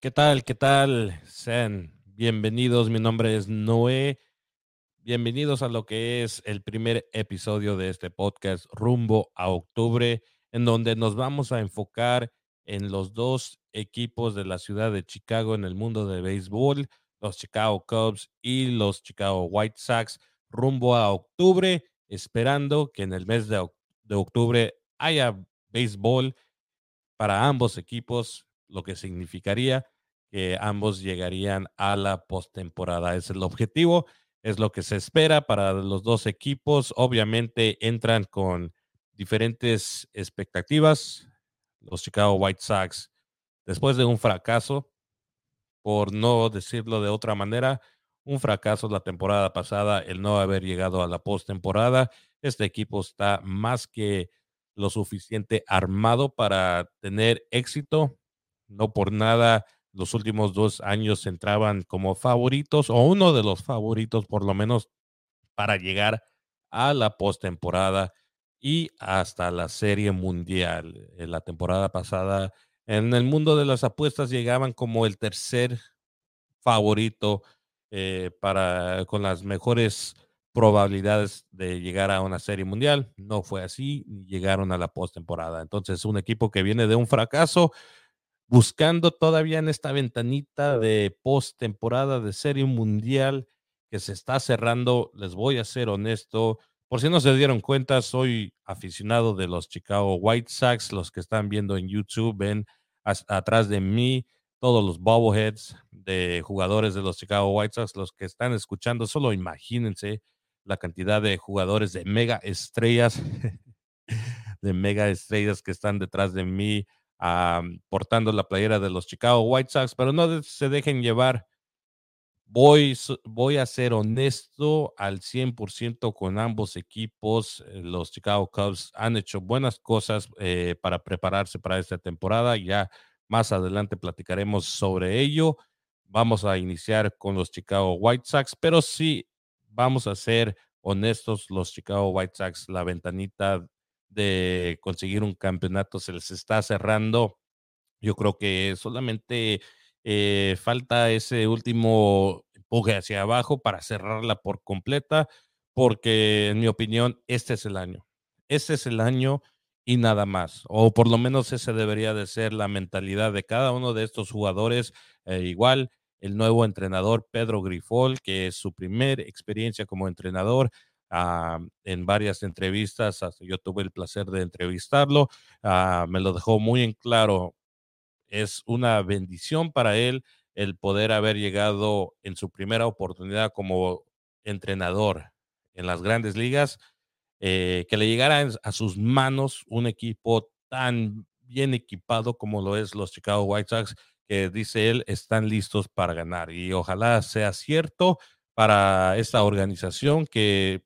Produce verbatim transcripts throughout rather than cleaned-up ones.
¿Qué tal? ¿Qué tal? Sean bienvenidos. Mi nombre es Noé. Bienvenidos a lo que es el primer episodio de este podcast rumbo a octubre, en donde nos vamos a enfocar en los dos equipos de la ciudad de Chicago en el mundo de béisbol, los Chicago Cubs y los Chicago White Sox, rumbo a octubre, esperando que en el mes de, oc- de octubre haya béisbol para ambos equipos, lo que significaría que ambos llegarían a la postemporada. Es el objetivo, es lo que se espera para los dos equipos. Obviamente entran con diferentes expectativas. Los Chicago White Sox, después de un fracaso, por no decirlo de otra manera, un fracaso la temporada pasada, el no haber llegado a la postemporada. Este equipo está más que lo suficiente armado para tener éxito. No por nada, los últimos dos años entraban como favoritos, o uno de los favoritos por lo menos, para llegar a la postemporada y hasta la Serie Mundial. En la temporada pasada, en el mundo de las apuestas, llegaban como el tercer favorito eh, para con las mejores probabilidades de llegar a una serie mundial. No fue así, llegaron a la postemporada. Entonces, un equipo que viene de un fracaso, buscando todavía en esta ventanita de postemporada de serie mundial que se está cerrando. Les voy a ser honesto, por si no se dieron cuenta, soy aficionado de los Chicago White Sox. Los que están viendo en YouTube ven as- atrás de mí todos los bobbleheads de jugadores de los Chicago White Sox. Los que están escuchando, solo imagínense la cantidad de jugadores de mega estrellas, de mega estrellas que están detrás de mí, am, portando la playera de los Chicago White Sox, pero no de- se dejen llevar. Voy, s- voy a ser honesto al cien por ciento con ambos equipos. Eh, Los Chicago Cubs han hecho buenas cosas eh, para prepararse para esta temporada. Ya más adelante platicaremos sobre ello. Vamos a iniciar con los Chicago White Sox, pero sí, vamos a ser honestos, los Chicago White Sox, la ventanita de conseguir un campeonato se les está cerrando. Yo creo que solamente eh, falta ese último empuje hacia abajo para cerrarla por completa, porque en mi opinión, este es el año. Este es el año y nada más. O por lo menos esa debería de ser la mentalidad de cada uno de estos jugadores. Eh, igual, el nuevo entrenador Pedro Grifol, que es su primer experiencia como entrenador. Ah, en varias entrevistas, hasta yo tuve el placer de entrevistarlo. Ah, me lo dejó muy en claro. Es una bendición para él el poder haber llegado en su primera oportunidad como entrenador en las grandes ligas, eh, que le llegara en- a sus manos un equipo tan bien equipado como lo es los Chicago White Sox, que dice él están listos para ganar. Y ojalá sea cierto para esta organización, que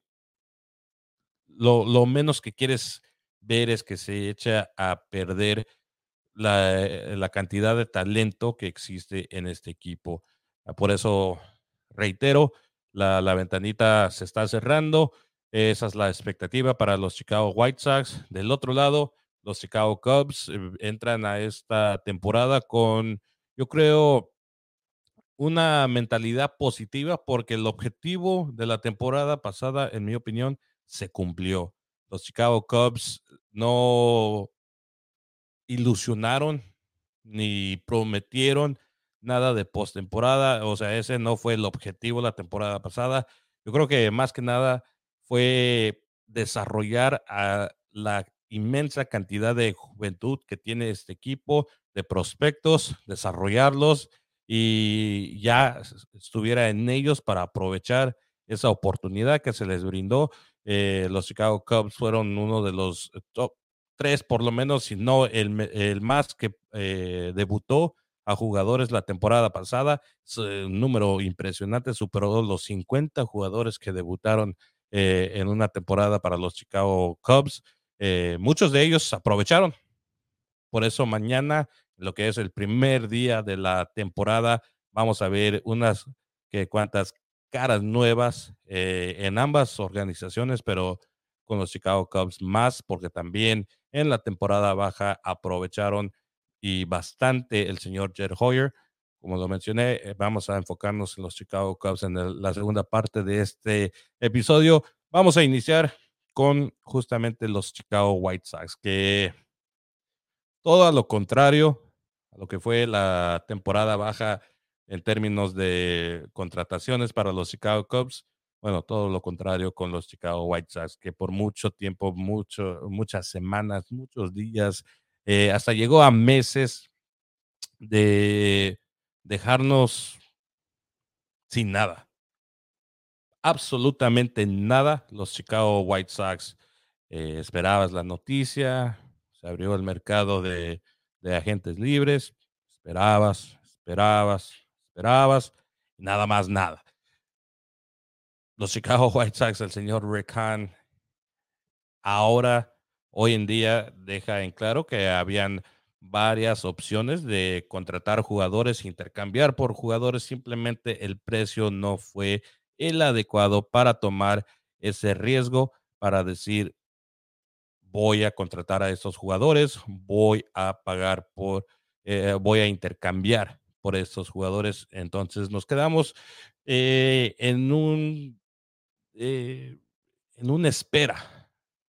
lo, lo menos que quieres ver es que se echa a perder la, eh, la cantidad de talento que existe en este equipo. Ah, Por eso, reitero, la, la ventanita se está cerrando. Esa es la expectativa para los Chicago White Sox. Del otro lado, los Chicago Cubs eh, entran a esta temporada con, yo creo, una mentalidad positiva, porque el objetivo de la temporada pasada, en mi opinión, se cumplió. Los Chicago Cubs no ilusionaron ni prometieron nada de postemporada. O sea, ese no fue el objetivo la temporada pasada. Yo creo que más que nada fue desarrollar a la inmensa cantidad de juventud que tiene este equipo, de prospectos, desarrollarlos y ya s- estuviera en ellos para aprovechar esa oportunidad que se les brindó. Eh, los Chicago Cubs fueron uno de los top tres, por lo menos, si no el, me- el más que eh, debutó a jugadores la temporada pasada. Es eh, un número impresionante, superó los cincuenta jugadores que debutaron eh, en una temporada para los Chicago Cubs. Eh, muchos de ellos aprovecharon. Por eso mañana, lo que es el primer día de la temporada, vamos a ver unas que cuantas caras nuevas eh, en ambas organizaciones, pero con los Chicago Cubs más, porque también en la temporada baja aprovecharon y bastante el señor Jed Hoyer. como lo mencioné, eh, vamos a enfocarnos en los Chicago Cubs en el- la segunda parte de este episodio. Vamos a iniciar con justamente los Chicago White Sox, que todo a lo contrario a lo que fue la temporada baja en términos de contrataciones para los Chicago Cubs. Bueno, todo lo contrario con los Chicago White Sox, que por mucho tiempo, mucho, muchas semanas, muchos días, eh, hasta llegó a meses de dejarnos sin nada, absolutamente nada. Los Chicago White Sox, eh, esperabas la noticia, se abrió el mercado de, de agentes libres, esperabas, esperabas, esperabas, y nada más nada. Los Chicago White Sox, el señor Rick Hahn, ahora, hoy en día, deja en claro que habían varias opciones de contratar jugadores, intercambiar por jugadores, simplemente el precio no fue el adecuado para tomar ese riesgo, para decir, voy a contratar a estos jugadores, voy a pagar por, eh, voy a intercambiar por estos jugadores. Entonces nos quedamos eh, en un, eh, en una espera,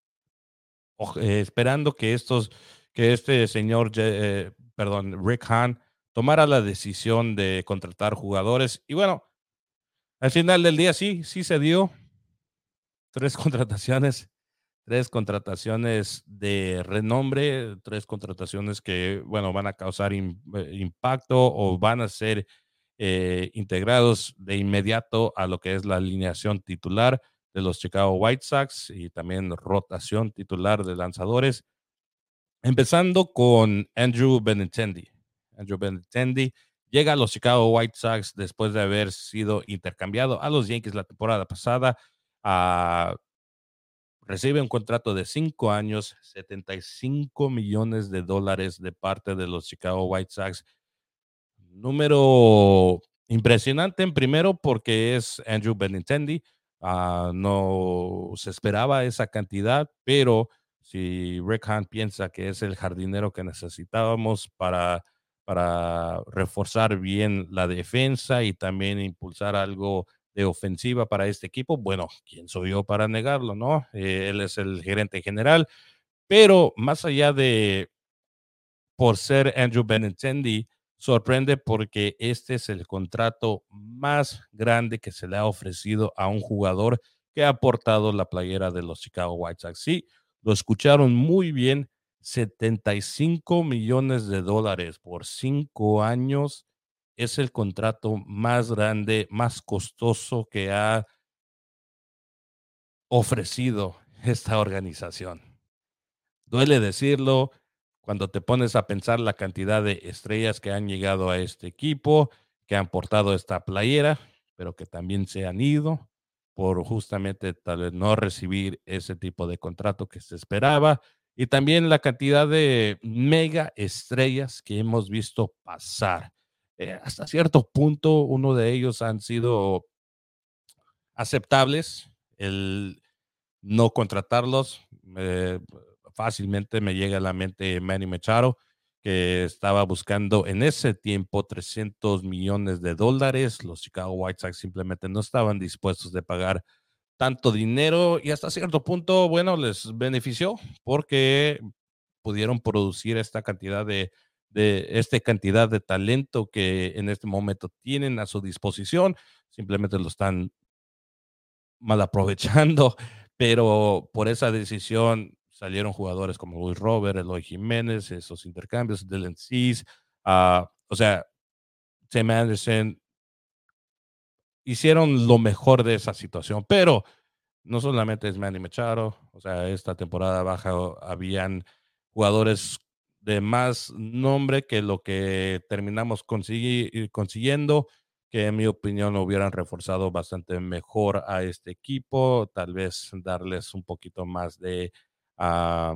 o- eh, esperando que estos, que este señor, Je- eh, perdón, Rick Hahn, tomara la decisión de contratar jugadores. Y bueno, al final del día sí, sí se dio tres contrataciones, tres contrataciones de renombre, tres contrataciones que, bueno, van a causar im- eh, impacto o van a ser eh, integrados de inmediato a lo que es la alineación titular de los Chicago White Sox y también rotación titular de lanzadores. Empezando con Andrew Benintendi. Andrew Benintendi llega a los Chicago White Sox después de haber sido intercambiado a los Yankees la temporada pasada. Uh, recibe un contrato de cinco años, setenta y cinco millones de dólares de parte de los Chicago White Sox. Número impresionante en primero porque es Andrew Benintendi. Uh, no se esperaba esa cantidad, pero si Rick Hahn piensa que es el jardinero que necesitábamos para, para reforzar bien la defensa y también impulsar algo de ofensiva para este equipo, bueno, ¿quién soy yo para negarlo, no? Eh, él es el gerente general, pero más allá de por ser Andrew Benintendi, sorprende porque este es el contrato más grande que se le ha ofrecido a un jugador que ha portado la playera de los Chicago White Sox. Sí, lo escucharon muy bien, setenta y cinco millones de dólares por cinco años es el contrato más grande, más costoso que ha ofrecido esta organización. Duele decirlo, cuando te pones a pensar la cantidad de estrellas que han llegado a este equipo, que han portado esta playera, pero que también se han ido por justamente tal vez no recibir ese tipo de contrato que se esperaba, y también la cantidad de mega estrellas que hemos visto pasar. Eh, hasta cierto punto, uno de ellos han sido aceptables. El no contratarlos. Eh, fácilmente me llega a la mente Manny Machado, que estaba buscando en ese tiempo trescientos millones de dólares. Los Chicago White Sox simplemente no estaban dispuestos de pagar tanto dinero y hasta cierto punto, bueno, les benefició porque pudieron producir esta cantidad de, de esta cantidad de talento que en este momento tienen a su disposición. Simplemente lo están mal aprovechando, pero por esa decisión salieron jugadores como Luis Robert, Eloy Jiménez, esos intercambios, Dylan Cease, uh, o sea, Tim Anderson, hicieron lo mejor de esa situación, pero no solamente es Manny Machado, o sea, esta temporada baja habían jugadores de más nombre que lo que terminamos consegui consiguiendo, que en mi opinión hubieran reforzado bastante mejor a este equipo, tal vez darles un poquito más de uh,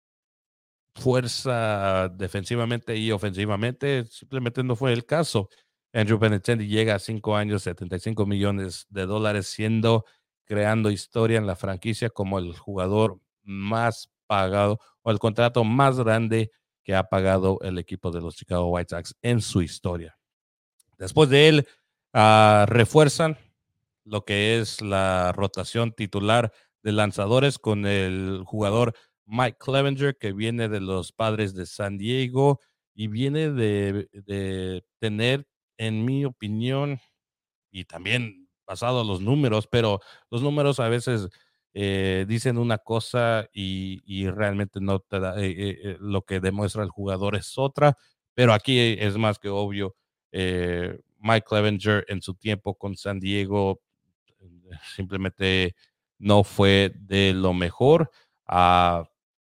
fuerza defensivamente y ofensivamente, simplemente no fue el caso. Andrew Benintendi llega a cinco años, setenta y cinco millones de dólares, siendo creando historia en la franquicia como el jugador más pagado o el contrato más grande que ha pagado el equipo de los Chicago White Sox en su historia. Después de él, uh, refuerzan lo que es la rotación titular de lanzadores con el jugador Mike Clevenger, que viene de los Padres de San Diego y viene de, de tener, en mi opinión, y también basado en los números, pero los números a veces eh, dicen una cosa y, y realmente no te da, eh, eh, eh, lo que demuestra el jugador es otra, pero aquí es más que obvio. eh, Mike Clevenger en su tiempo con San Diego eh, simplemente no fue de lo mejor. Ah,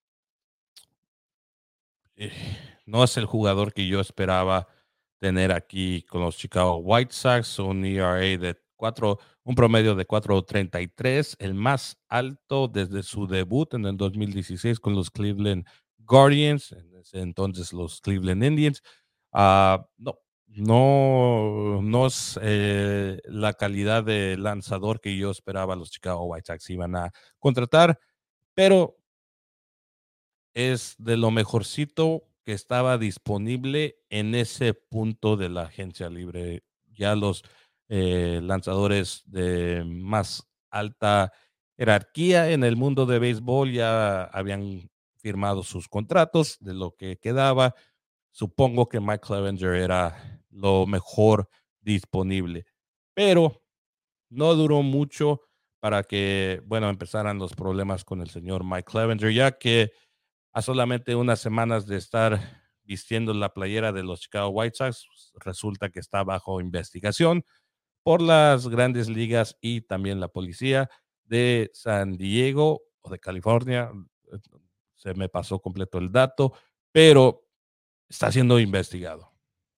eh, no es el jugador que yo esperaba tener aquí con los Chicago White Sox, un E R A de cuatro, un promedio de cuatro punto treinta y tres, el más alto desde su debut en el dos mil dieciséis con los Cleveland Guardians, en ese entonces los Cleveland Indians. Uh, no, no, no es eh, la calidad de lanzador que yo esperaba los Chicago White Sox iban a contratar, pero es de lo mejorcito que estaba disponible en ese punto de la agencia libre. Ya los eh, lanzadores de más alta jerarquía en el mundo de béisbol ya habían firmado sus contratos de lo que quedaba. Supongo que Mike Clevenger era lo mejor disponible, pero no duró mucho para que, bueno, empezaran los problemas con el señor Mike Clevenger, ya que a solamente unas semanas de estar vistiendo la playera de los Chicago White Sox, resulta que está bajo investigación por las grandes ligas y también la policía de San Diego o de California. Se me pasó completo el dato, pero está siendo investigado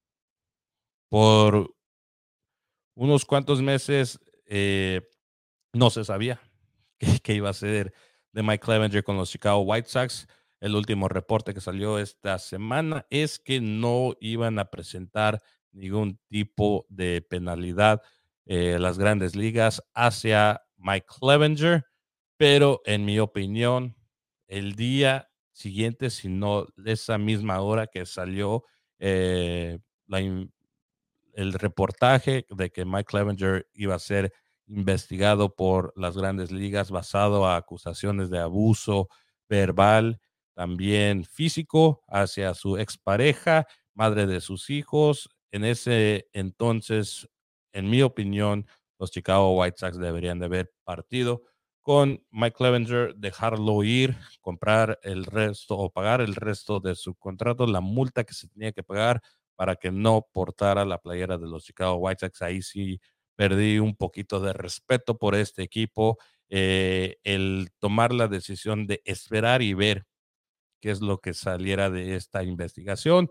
por unos cuantos meses. Eh, no se sabía que, que iba a ser de Mike Clevenger con los Chicago White Sox. El último reporte que salió esta semana es que no iban a presentar ningún tipo de penalidad eh, las grandes ligas hacia Mike Clevenger, pero en mi opinión, el día siguiente, si no esa misma hora que salió eh, la, el reportaje de que Mike Clevenger iba a ser investigado por las grandes ligas basado a acusaciones de abuso verbal, también físico hacia su expareja, madre de sus hijos. En ese entonces, en mi opinión, los Chicago White Sox deberían de haber partido con Mike Clevenger, dejarlo ir, comprar el resto o pagar el resto de su contrato, la multa que se tenía que pagar para que no portara la playera de los Chicago White Sox. Ahí sí perdí un poquito de respeto por este equipo. Eh, el tomar la decisión de esperar y ver qué es lo que saliera de esta investigación.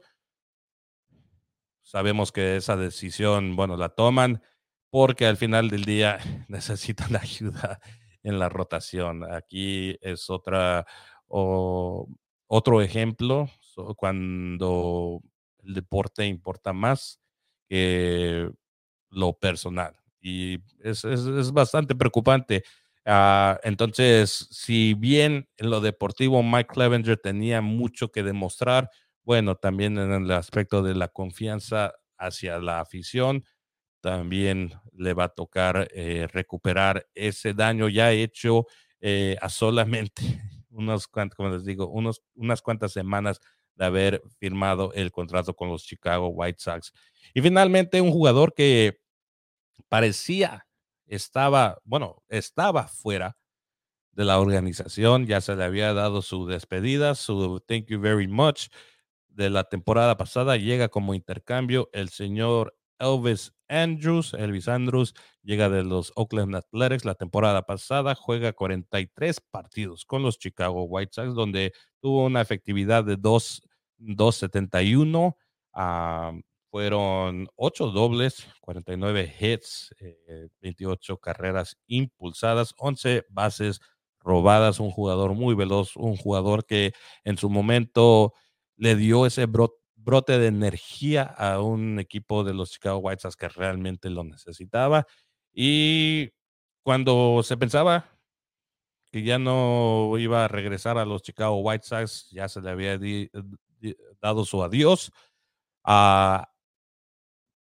Sabemos que esa decisión, bueno, la toman porque al final del día necesitan ayuda en la rotación. Aquí es otra o, otro ejemplo so, cuando el deporte importa más que lo personal. Y es, es, es bastante preocupante. Uh, entonces, si bien en lo deportivo Mike Clevenger tenía mucho que demostrar, bueno, también en el aspecto de la confianza hacia la afición, también le va a tocar eh, recuperar ese daño ya hecho eh, a solamente unos cuantos, como les digo, unos, unas cuantas semanas de haber firmado el contrato con los Chicago White Sox. Y finalmente un jugador que parecía estaba, bueno, estaba fuera de la organización, ya se le había dado su despedida, su thank you very much de la temporada pasada, llega como intercambio el señor Elvis Andrews. Elvis Andrews llega de los Oakland Athletics la temporada pasada, juega cuarenta y tres partidos con los Chicago White Sox, donde tuvo una efectividad de dos punto setenta y uno. Uh, fueron ocho dobles, cuarenta y nueve hits, eh, veintiocho carreras impulsadas, once bases robadas. Un jugador muy veloz, un jugador que en su momento le dio ese bro brote de energía a un equipo de los Chicago White Sox que realmente lo necesitaba. Y cuando se pensaba que ya no iba a regresar a los Chicago White Sox, ya se le había di, di, dado su adiós, a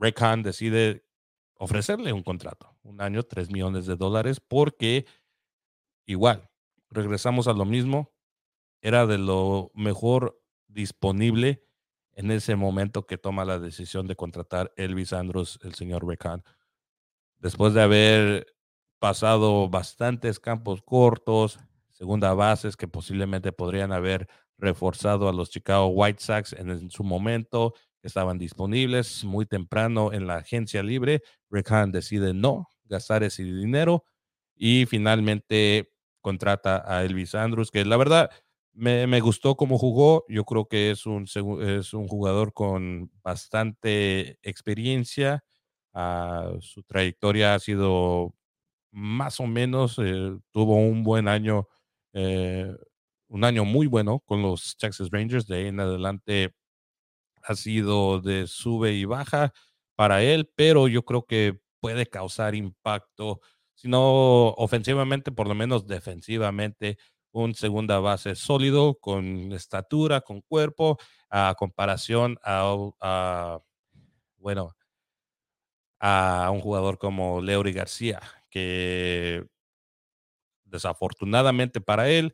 Rick Hahn decide ofrecerle un contrato, un año, tres millones de dólares, porque igual, regresamos a lo mismo, era de lo mejor disponible en ese momento que toma la decisión de contratar Elvis Andrus, el señor Rick Hahn. Después de haber pasado bastantes campos cortos, segunda bases que posiblemente podrían haber reforzado a los Chicago White Sox en, en su momento, que estaban disponibles muy temprano en la agencia libre, Rick Hahn decide no gastar ese dinero y finalmente contrata a Elvis Andrus, que la verdad me, me gustó cómo jugó. Yo creo que es un, segu- es un jugador con bastante experiencia. Ah, su trayectoria ha sido más o menos, eh, tuvo un buen año, eh, un año muy bueno con los Texas Rangers. De ahí en adelante ha sido de sube y baja para él, pero yo creo que puede causar impacto, si no ofensivamente, por lo menos defensivamente, un segunda base sólido, con estatura, con cuerpo, a comparación a, a bueno, a un jugador como Leury García, que desafortunadamente para él,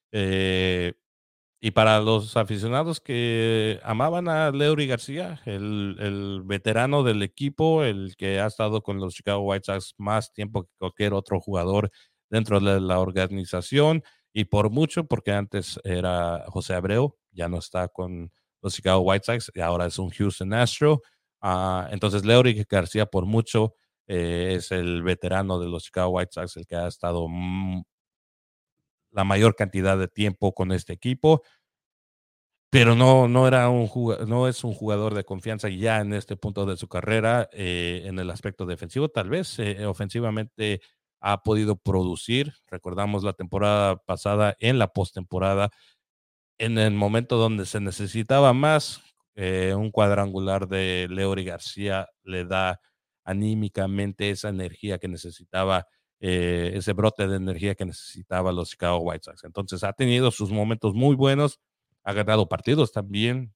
eh, y para los aficionados que amaban a Leury García, el, el veterano del equipo, el que ha estado con los Chicago White Sox más tiempo que cualquier otro jugador dentro de la organización, y por mucho, porque antes era José Abreu, ya no está con los Chicago White Sox, y ahora es un Houston Astro. Uh, entonces, Leury García, por mucho, eh, es el veterano de los Chicago White Sox, el que ha estado mm, la mayor cantidad de tiempo con este equipo, pero no, no, era un jugador, no es un jugador de confianza ya en este punto de su carrera, eh, en el aspecto defensivo. Tal vez eh, ofensivamente ha podido producir. Recordamos la temporada pasada, en la postemporada, en el momento donde se necesitaba más, eh, un cuadrangular de Leury García le da anímicamente esa energía que necesitaba, eh, ese brote de energía que necesitaba los Chicago White Sox. Entonces ha tenido sus momentos muy buenos, ha ganado partidos también,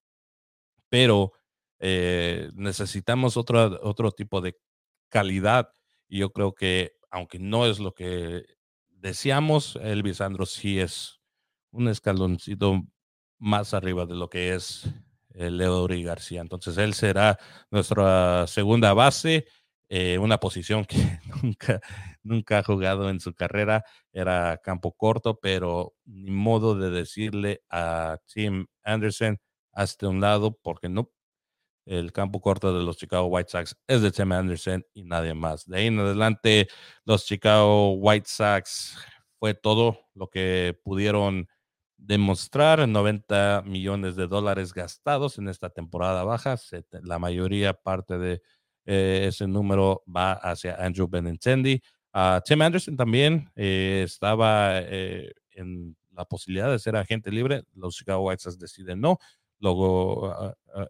pero eh, necesitamos otro, otro tipo de calidad. Y yo creo que, aunque no es lo que deseamos, Elvis Andrus sí es un escaloncito más arriba de lo que es eh, Leury García. Entonces él será nuestra segunda base, eh, una posición que nunca, nunca ha jugado en su carrera. Era campo corto, pero ni modo de decirle a Tim Anderson, hasta un lado, porque no, el campo corto de los Chicago White Sox es de Tim Anderson y nadie más. De ahí en adelante, los Chicago White Sox fue todo lo que pudieron demostrar. noventa millones de dólares gastados en esta temporada baja. La mayoría parte de eh, ese número va hacia Andrew Benintendi. Uh, Tim Anderson también eh, estaba eh, en la posibilidad de ser agente libre. Los Chicago White Sox deciden no. Luego uh, uh,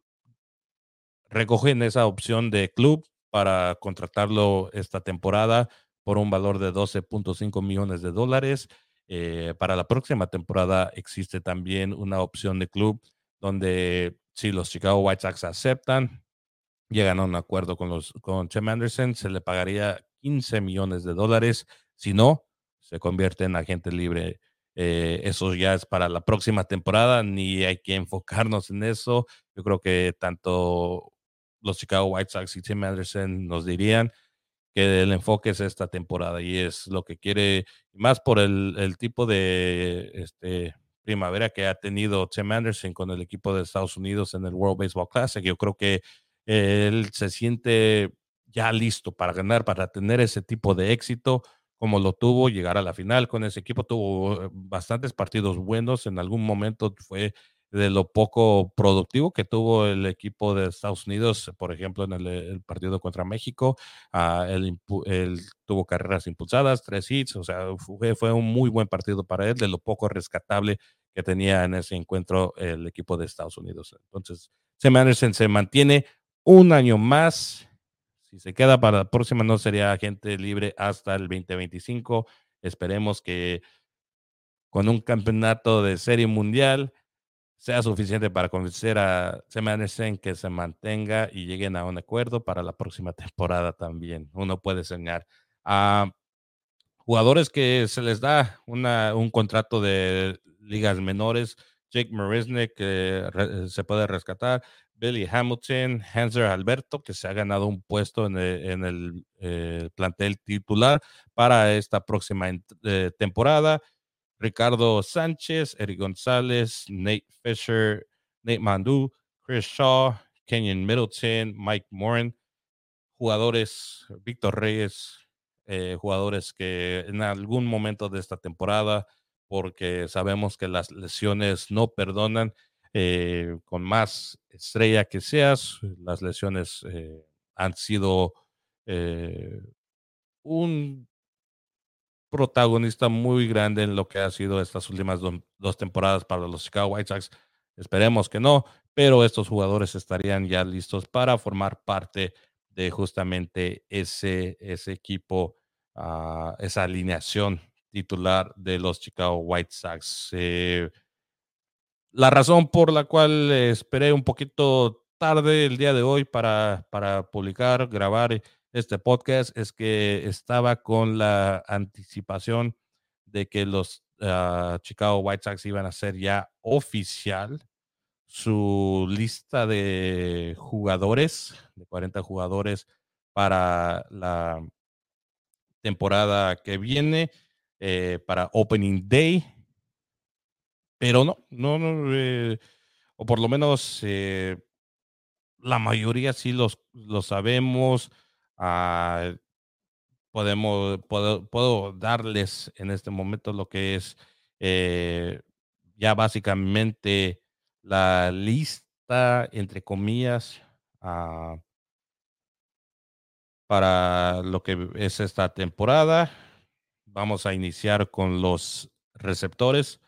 recogen esa opción de club para contratarlo esta temporada por un valor de doce punto cinco millones de dólares. Eh, para la próxima temporada existe también una opción de club donde, si los Chicago White Sox aceptan, llegan a un acuerdo con, los, con Tim Anderson, se le pagaría quince millones de dólares. Si no, se convierte en agente libre. Eh, eso ya es para la próxima temporada, ni hay que enfocarnos en eso. Yo creo que tanto los Chicago White Sox y Tim Anderson nos dirían que el enfoque es esta temporada, y es lo que quiere, más por el, el tipo de este, primavera que ha tenido Tim Anderson con el equipo de Estados Unidos en el World Baseball Classic. Yo creo que él se siente ya listo para ganar, para tener ese tipo de éxito como lo tuvo, llegar a la final con ese equipo. Tuvo eh, bastantes partidos buenos. En algún momento fue de lo poco productivo que tuvo el equipo de Estados Unidos, por ejemplo, en el, el partido contra México. Uh, él, él, tuvo carreras impulsadas, tres hits, o sea, fue, fue un muy buen partido para él, de lo poco rescatable que tenía en ese encuentro el equipo de Estados Unidos. Entonces, Sam Anderson se mantiene un año más. Si se queda para la próxima, no sería agente libre hasta el veinte veinticinco. Esperemos que con un campeonato de serie mundial sea suficiente para convencer a Semanes en que se mantenga y lleguen a un acuerdo para la próxima temporada también. Uno puede soñar. A jugadores que se les da una, un contrato de ligas menores, Jake Marisnik, que re- se puede rescatar, Billy Hamilton, Hanser Alberto, que se ha ganado un puesto en el, en el, eh, plantel titular para esta próxima ent- eh, temporada. Ricardo Sánchez, Eric González, Nate Fisher, Nate Mandu, Chris Shaw, Kenyon Middleton, Mike Morin, jugadores, Víctor Reyes, eh, jugadores que en algún momento de esta temporada, porque sabemos que las lesiones no perdonan, eh, con más estrella que seas, las lesiones eh, han sido eh, un protagonista muy grande en lo que ha sido estas últimas do- dos temporadas para los Chicago White Sox. Esperemos que no, pero estos jugadores estarían ya listos para formar parte de justamente ese, ese equipo, ah, esa alineación titular de los Chicago White Sox. Eh, la razón por la cual eh, esperé un poquito tarde el día de hoy para, para publicar, grabar este podcast es que estaba con la anticipación de que los ah, Chicago White Sox iban a hacer ya oficial su lista de jugadores, de cuarenta jugadores para la temporada que viene, eh, para Opening Day, pero no, no, no, eh, o por lo menos eh, la mayoría sí los, los sabemos. ah, podemos, puedo, puedo darles en este momento lo que es eh, ya básicamente la lista, entre comillas, ah, para lo que es esta temporada. Vamos a iniciar con los receptores.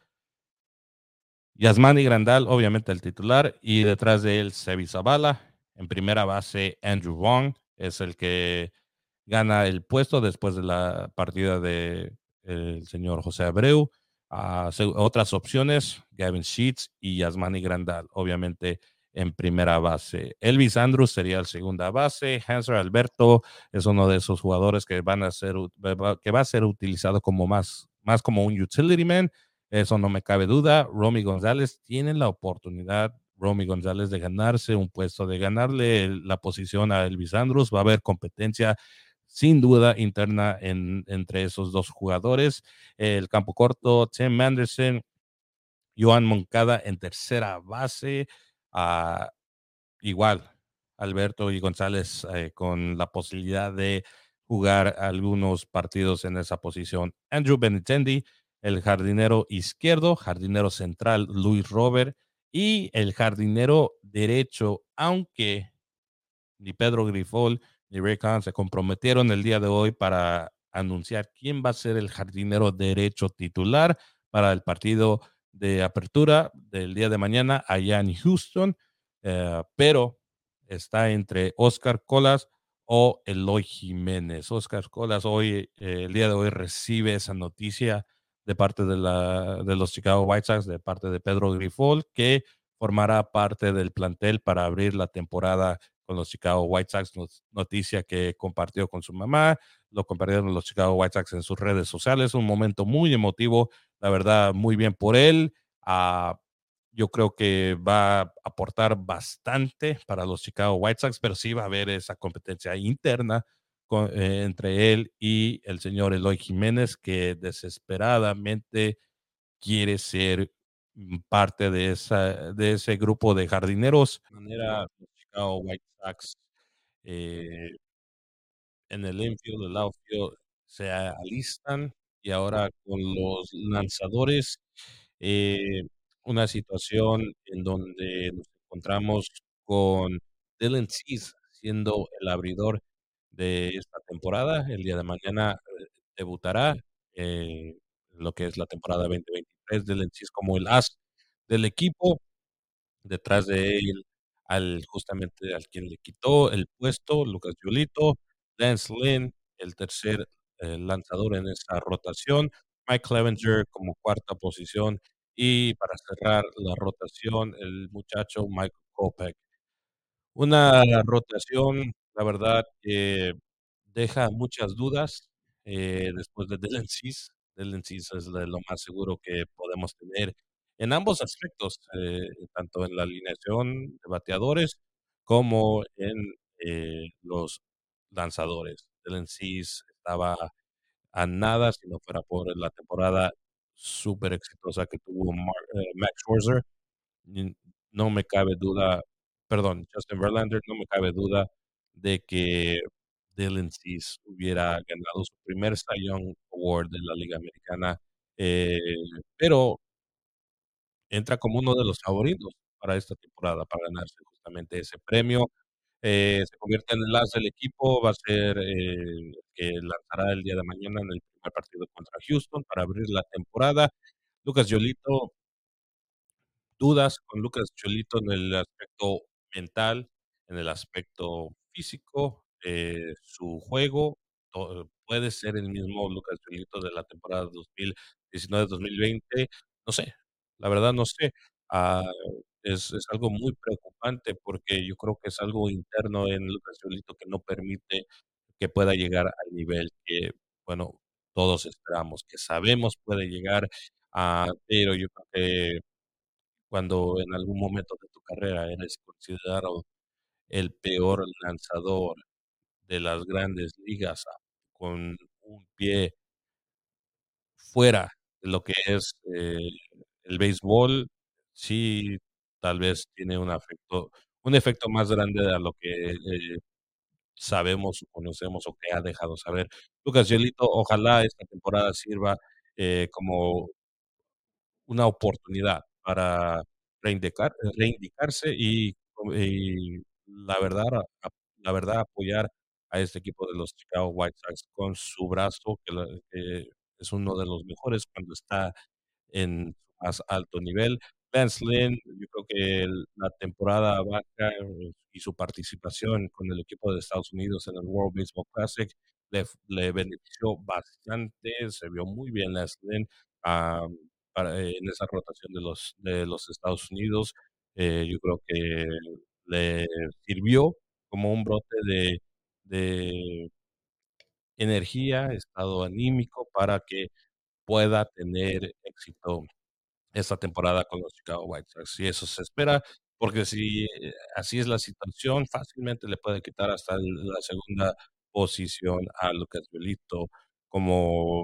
Yasmani Grandal, obviamente el titular, y detrás de él Sebi Zavala. En primera base, Andrew Wong es el que gana el puesto después de la partida de el señor José Abreu. Uh, otras opciones, Gavin Sheets y Yasmani Grandal, obviamente en primera base. Elvis Andrews sería el segunda base. Hanser Alberto es uno de esos jugadores que van a ser, que va a ser utilizado como más, más como un utility man. Eso no me cabe duda. Romy González tiene la oportunidad, Romy González, de ganarse un puesto, de ganarle la posición a Elvis Andrus. Va a haber competencia sin duda interna en, entre esos dos jugadores. El campo corto, Tim Anderson, Joan Moncada en tercera base. Uh, igual, Alberto y González eh, con la posibilidad de jugar algunos partidos en esa posición. Andrew Benintendi, el jardinero izquierdo, jardinero central Luis Robert y el jardinero derecho, aunque ni Pedro Grifol ni Ray Khan se comprometieron el día de hoy para anunciar quién va a ser el jardinero derecho titular para el partido de apertura del día de mañana allá en Houston, eh, pero está entre Oscar Colas o Eloy Jiménez. Oscar Colas hoy, eh, el día de hoy, recibe esa noticia de parte de, la, de los Chicago White Sox, de parte de Pedro Grifol, que formará parte del plantel para abrir la temporada con los Chicago White Sox. Noticia que compartió con su mamá, lo compartieron los Chicago White Sox en sus redes sociales. Un momento muy emotivo, la verdad, muy bien por él. Uh, yo creo que va a aportar bastante para los Chicago White Sox, pero sí va a haber esa competencia interna con, eh, entre él y el señor Eloy Jiménez, que desesperadamente quiere ser mm, parte de, esa, de ese grupo de jardineros. De manera, los Chicago White Sox eh, en el infield, el outfield, se alistan y ahora con los lanzadores, eh, una situación en donde nos encontramos con Dylan Cease siendo el abridor de esta temporada. El día de mañana eh, debutará eh, lo que es la temporada veinte veintitrés. Dylan Cease como el as del equipo. Detrás de él, al justamente al quien le quitó el puesto, Lucas Giolito, Lance Lynn, el tercer eh, lanzador en esa rotación, Mike Clevenger como cuarta posición y para cerrar la rotación, el muchacho Michael Kopech. Una rotación, la verdad, que deja muchas dudas, eh, después de Dylan Cease. Dylan Cease es de lo más seguro que podemos tener en ambos aspectos, eh, tanto en la alineación de bateadores como en, eh, los lanzadores. Dylan Cease estaba a nada, si no fuera por la temporada súper exitosa que tuvo Mar eh, Max Scherzer. N no me cabe duda, perdón, Justin Verlander, no me cabe duda de que Dylan Cease hubiera ganado su primer Cy Young Award de la Liga Americana, eh, pero entra como uno de los favoritos para esta temporada, para ganarse justamente ese premio. Eh, se convierte en el as del equipo, va a ser, eh, el que lanzará el día de mañana en el primer partido contra Houston para abrir la temporada. Lucas Giolito, dudas con Lucas Giolito en el aspecto mental, en el aspecto físico, eh, su juego, to puede ser el mismo Lucas Giolito de la temporada dos mil diecinueve, dos mil veinte, no sé, la verdad no sé. Ah, es es algo muy preocupante porque yo creo que es algo interno en Lucas Giolito que no permite que pueda llegar al nivel que, bueno, todos esperamos, que sabemos puede llegar, ah, pero yo creo que cuando en algún momento de tu carrera eres considerado el peor lanzador de las grandes ligas, ah, con un pie fuera de lo que es, eh, el béisbol, sí, tal vez tiene un afecto un efecto más grande a lo que, eh, sabemos o conocemos o que ha dejado saber. Lucas Giolito, ojalá esta temporada sirva, eh, como una oportunidad para reindicar reivindicarse y y la verdad a la verdad apoyar a este equipo de los Chicago White Sox con su brazo, que la que es uno de los mejores cuando está en su más alto nivel. Lance Lynn, yo creo que el la temporada baja eh, y su participación con el equipo de Estados Unidos en el World Baseball Classic le f le benefició bastante, se vio muy bien Lance Lynn, am, para eh, en esa rotación de los de los Estados Unidos. Eh, yo creo que le sirvió como un brote de de energía, estado anímico para que pueda tener éxito esta temporada con los Chicago White Sox, y eso se espera, porque si, eh, así es la situación, fácilmente le puede quitar hasta el la segunda posición a Lucas Giolito, como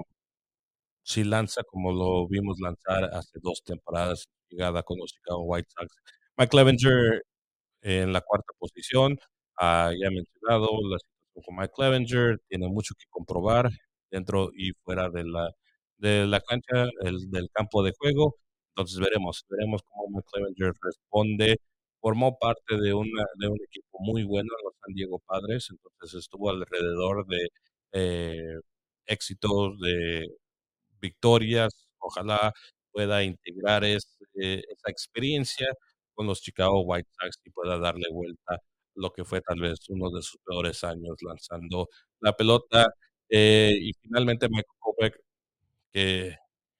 si lanza como lo vimos lanzar hace dos temporadas, llegada con los Chicago White Sox. Mike Clevinger en la cuarta posición, ah, ya he mencionado la situación con Mike Clevinger, tiene mucho que comprobar dentro y fuera de la de la cancha, el del campo de juego. Entonces veremos, veremos cómo Mike Clevinger responde. Formó parte de una de un equipo muy bueno, los San Diego Padres, entonces estuvo alrededor de, eh, éxitos, de victorias. Ojalá pueda integrar ese esa experiencia con los Chicago White Sox y pueda darle vuelta a lo que fue tal vez uno de sus peores años lanzando la pelota. Eh, y finalmente Michael Kopech, que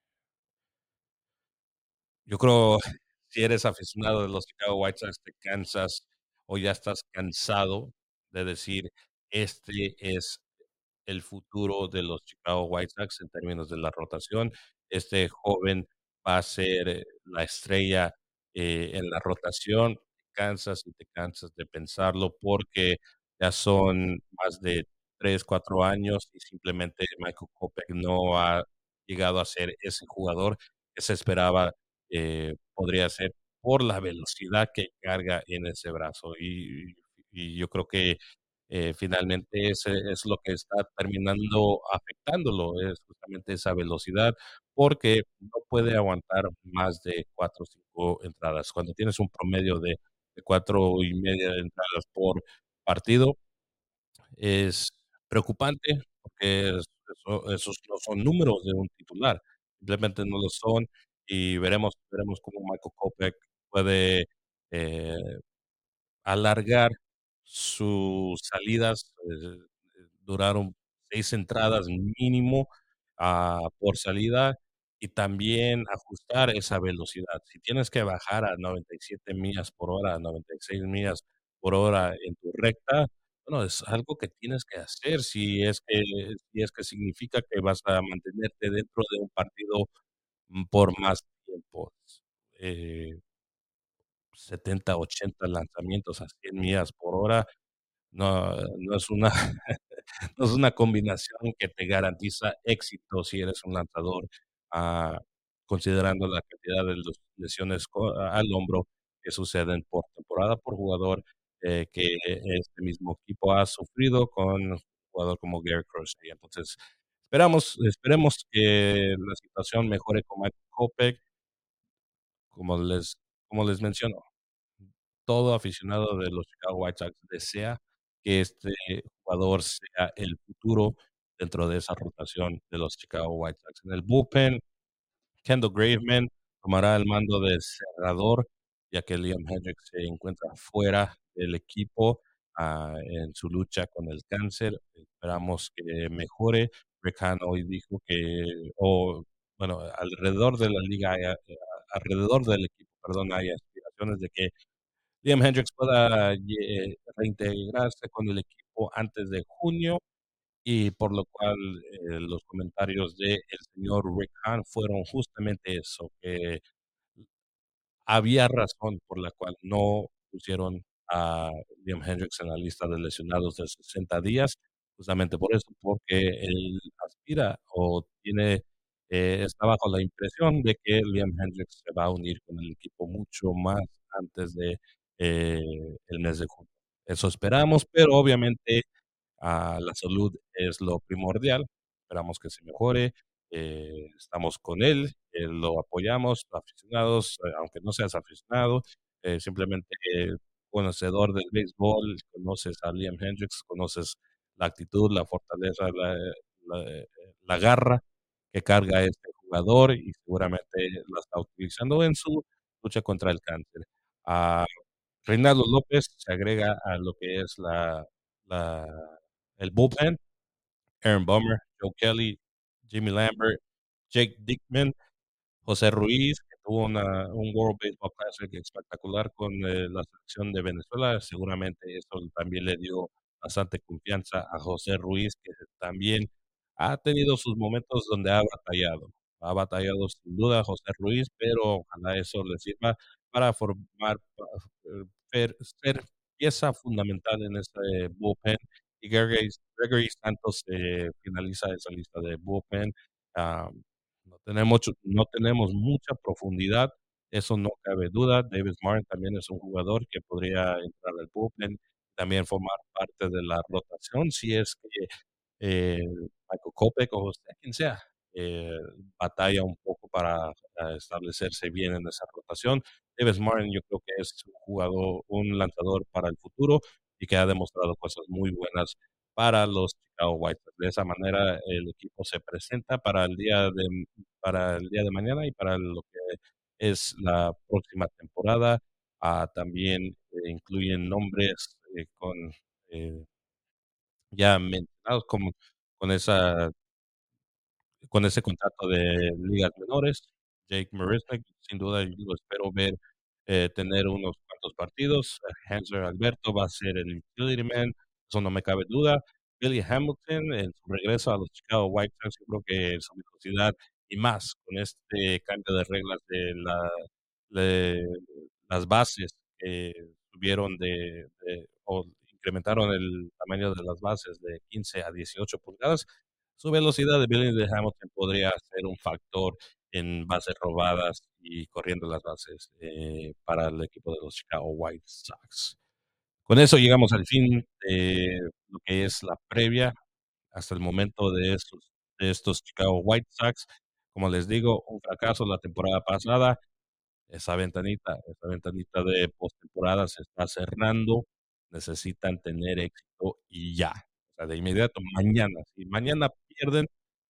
yo creo, si eres aficionado de los Chicago White Sox, te cansas o ya estás cansado de decir: "Este es el futuro de los Chicago White Sox en términos de la rotación. Este joven va a ser eh, la estrella, eh, en la rotación". Te cansas y te cansas de pensarlo porque ya son más de tres cuatro años y simplemente Michael Kopech no ha llegado a ser ese jugador que se esperaba, eh, podría ser por la velocidad que carga en ese brazo. Y y yo creo que eh, finalmente ese es lo que está terminando afectándolo, es justamente esa velocidad, porque no puede aguantar más de cuatro o cinco entradas. Cuando tienes un promedio de de cuatro y media de entradas por partido, es preocupante, porque es eso esos no son números de un titular, simplemente no lo son, y veremos veremos cómo Michael Kopech puede, eh alargar sus salidas, eh, duraron seis entradas mínimo, ah, por salida. y también ajustar esa velocidad. Si tienes que bajar a noventa y siete millas por hora, a noventa y seis millas por hora en tu recta, bueno, es algo que tienes que hacer si es que si es que significa que vas a mantenerte dentro de un partido, mm, por más tiempo. Eh, setenta, ochenta lanzamientos a cien millas por hora, no no es una no es una combinación que te garantiza éxito si eres un lanzador, ah, considerando la cantidad de los lesiones co al hombro que suceden por temporada por jugador, eh, que este mismo equipo ha sufrido con un jugador como Gary Crochet. Entonces, esperamos esperemos que la situación mejore con Michael Kopech. Como les como les menciono, todo aficionado de los Chicago White Sox desea que este jugador sea el futuro dentro de esa rotación de los Chicago White Sox. En el bullpen, Kendall Graveman tomará el mando de cerrador, ya que Liam Hendricks se encuentra fuera del equipo, ah, en su lucha con el cáncer. Esperamos que mejore. Rick Hahn hoy dijo que o bueno, alrededor de la liga hay, ah, alrededor del equipo, perdón, hay aspiraciones de que Liam Hendricks pueda ye reintegrarse con el equipo antes de junio, y por lo cual, eh, los comentarios del señor Rick Hahn fueron justamente eso, que había razón por la cual no pusieron a Liam Hendricks en la lista de lesionados de sesenta días, justamente por eso, porque él aspira o tiene, eh, está bajo la impresión de que Liam Hendricks se va a unir con el equipo mucho más antes de, eh, el mes de junio. Eso esperamos, pero obviamente Ah, la salud es lo primordial, esperamos que se mejore, eh, estamos con él, eh, lo apoyamos, aficionados, eh, aunque no seas aficionado, eh, simplemente eh, conocedor del béisbol, conoces a Liam Hendricks, conoces la actitud, la fortaleza, la, la, eh, la garra que carga este jugador y seguramente la está utilizando en su lucha contra el cáncer. Ah, Reinaldo López se agrega a lo que es la, la el bullpen, Aaron Bummer, Joe Kelly, Jimmy Lambert, Jake Dickman, José Ruiz, que tuvo una, un World Baseball Classic espectacular con eh, la selección de Venezuela. Seguramente eso también le dio bastante confianza a José Ruiz, que también ha tenido sus momentos donde ha batallado. Ha batallado sin duda José Ruiz, pero ojalá eso le sirva para formar, pa- ser, ser pieza fundamental en este bullpen. Y Gregory, Gregory Santos eh, finaliza esa lista de bullpen. Ah, no tenemos, no tenemos mucha profundidad, eso no cabe duda. Davis Martin también es un jugador que podría entrar al bullpen, también formar parte de la rotación si es que eh, Michael Kopech o sea quien sea, eh, batalla un poco para ah, establecerse bien en esa rotación. Davis Martin yo creo que es un jugador, un lanzador para el futuro y que ha demostrado cosas muy buenas para los Chicago White Sox. De esa manera el equipo se presenta para el día de para el día de mañana y para lo que es la próxima temporada. Ah, también eh, incluyen nombres eh, con eh, ya mencionados como con esa con ese contrato de ligas menores. Jake Marisnick, sin duda, yo lo espero ver eh, tener unos cuantos partidos. Eh, Hanser Alberto va a ser el utility man, eso no me cabe duda. Billy Hamilton, en su regreso a los Chicago White Sox, yo creo que su velocidad y más con este cambio de reglas de la, de las bases que tuvieron de, de- o incrementaron el tamaño de las bases de quince a dieciocho pulgadas, su velocidad de Billy de Hamilton podría ser un factor en bases robadas y corriendo las bases eh, para el equipo de los Chicago White Sox. Con eso llegamos al fin de lo que es la previa hasta el momento de estos, de estos Chicago White Sox. Como les digo, un fracaso la temporada pasada. Esa ventanita, esa ventanita de postemporada se está cerrando. Necesitan tener éxito y ya. O sea, de inmediato, mañana. Si mañana pierden,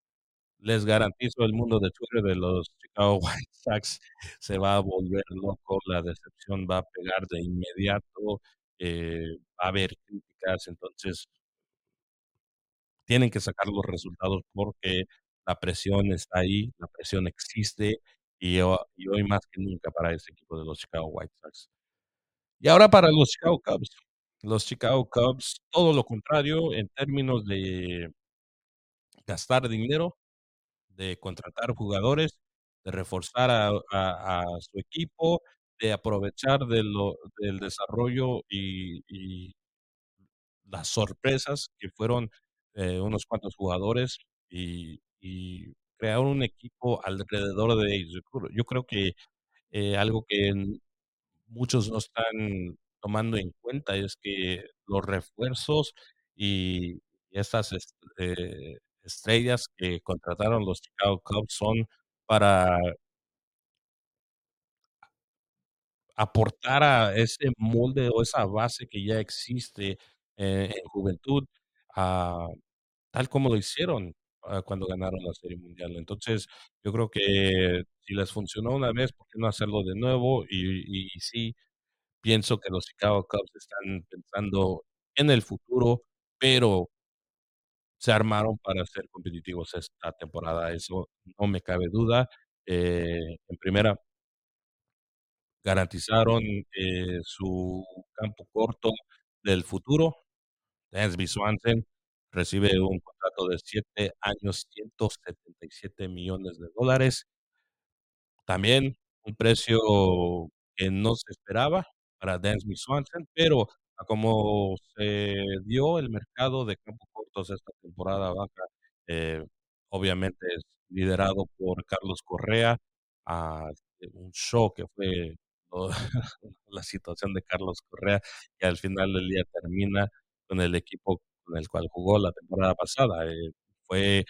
les garantizo el mundo de Twitter de los Chicago White Sox se va a volver loco, la decepción va a pegar de inmediato, eh, va a haber críticas, entonces tienen que sacar los resultados porque la presión está ahí, la presión existe, y ho y hoy más que nunca para ese equipo de los Chicago White Sox. Y ahora para los Chicago Cubs. Los Chicago Cubs, todo lo contrario en términos de gastar dinero, de contratar jugadores, de reforzar a a a su equipo, de aprovechar de lo del desarrollo y y las sorpresas que fueron, eh, unos cuantos jugadores y y crear un equipo alrededor de ellos. Yo creo yo creo que, eh, algo que n muchos no están tomando en cuenta es que los refuerzos y estas, est eh, estrellas que contrataron los Chicago Cubs son para aportar a ese molde o esa base que ya existe, eh, en juventud, ah, tal como lo hicieron, ah, cuando ganaron la Serie Mundial. Entonces, yo creo que si les funcionó una vez, ¿por qué no hacerlo de nuevo? Y y sí, pienso que los Chicago Cubs están pensando en el futuro, pero se armaron para ser competitivos esta temporada, eso no me cabe duda. Eh, en primera, garantizaron, eh, su campo corto del futuro. Dansby Swanson recibe un contrato de siete años, ciento setenta y siete millones de dólares. También un precio que no se esperaba para Dansby Swanson, pero a como se dio el mercado de campos cortos esta temporada baja, eh, obviamente es liderado por Carlos Correa, ah, un show que fue toda la situación de Carlos Correa, que al final del día termina con el equipo con el cual jugó la temporada pasada, eh, fue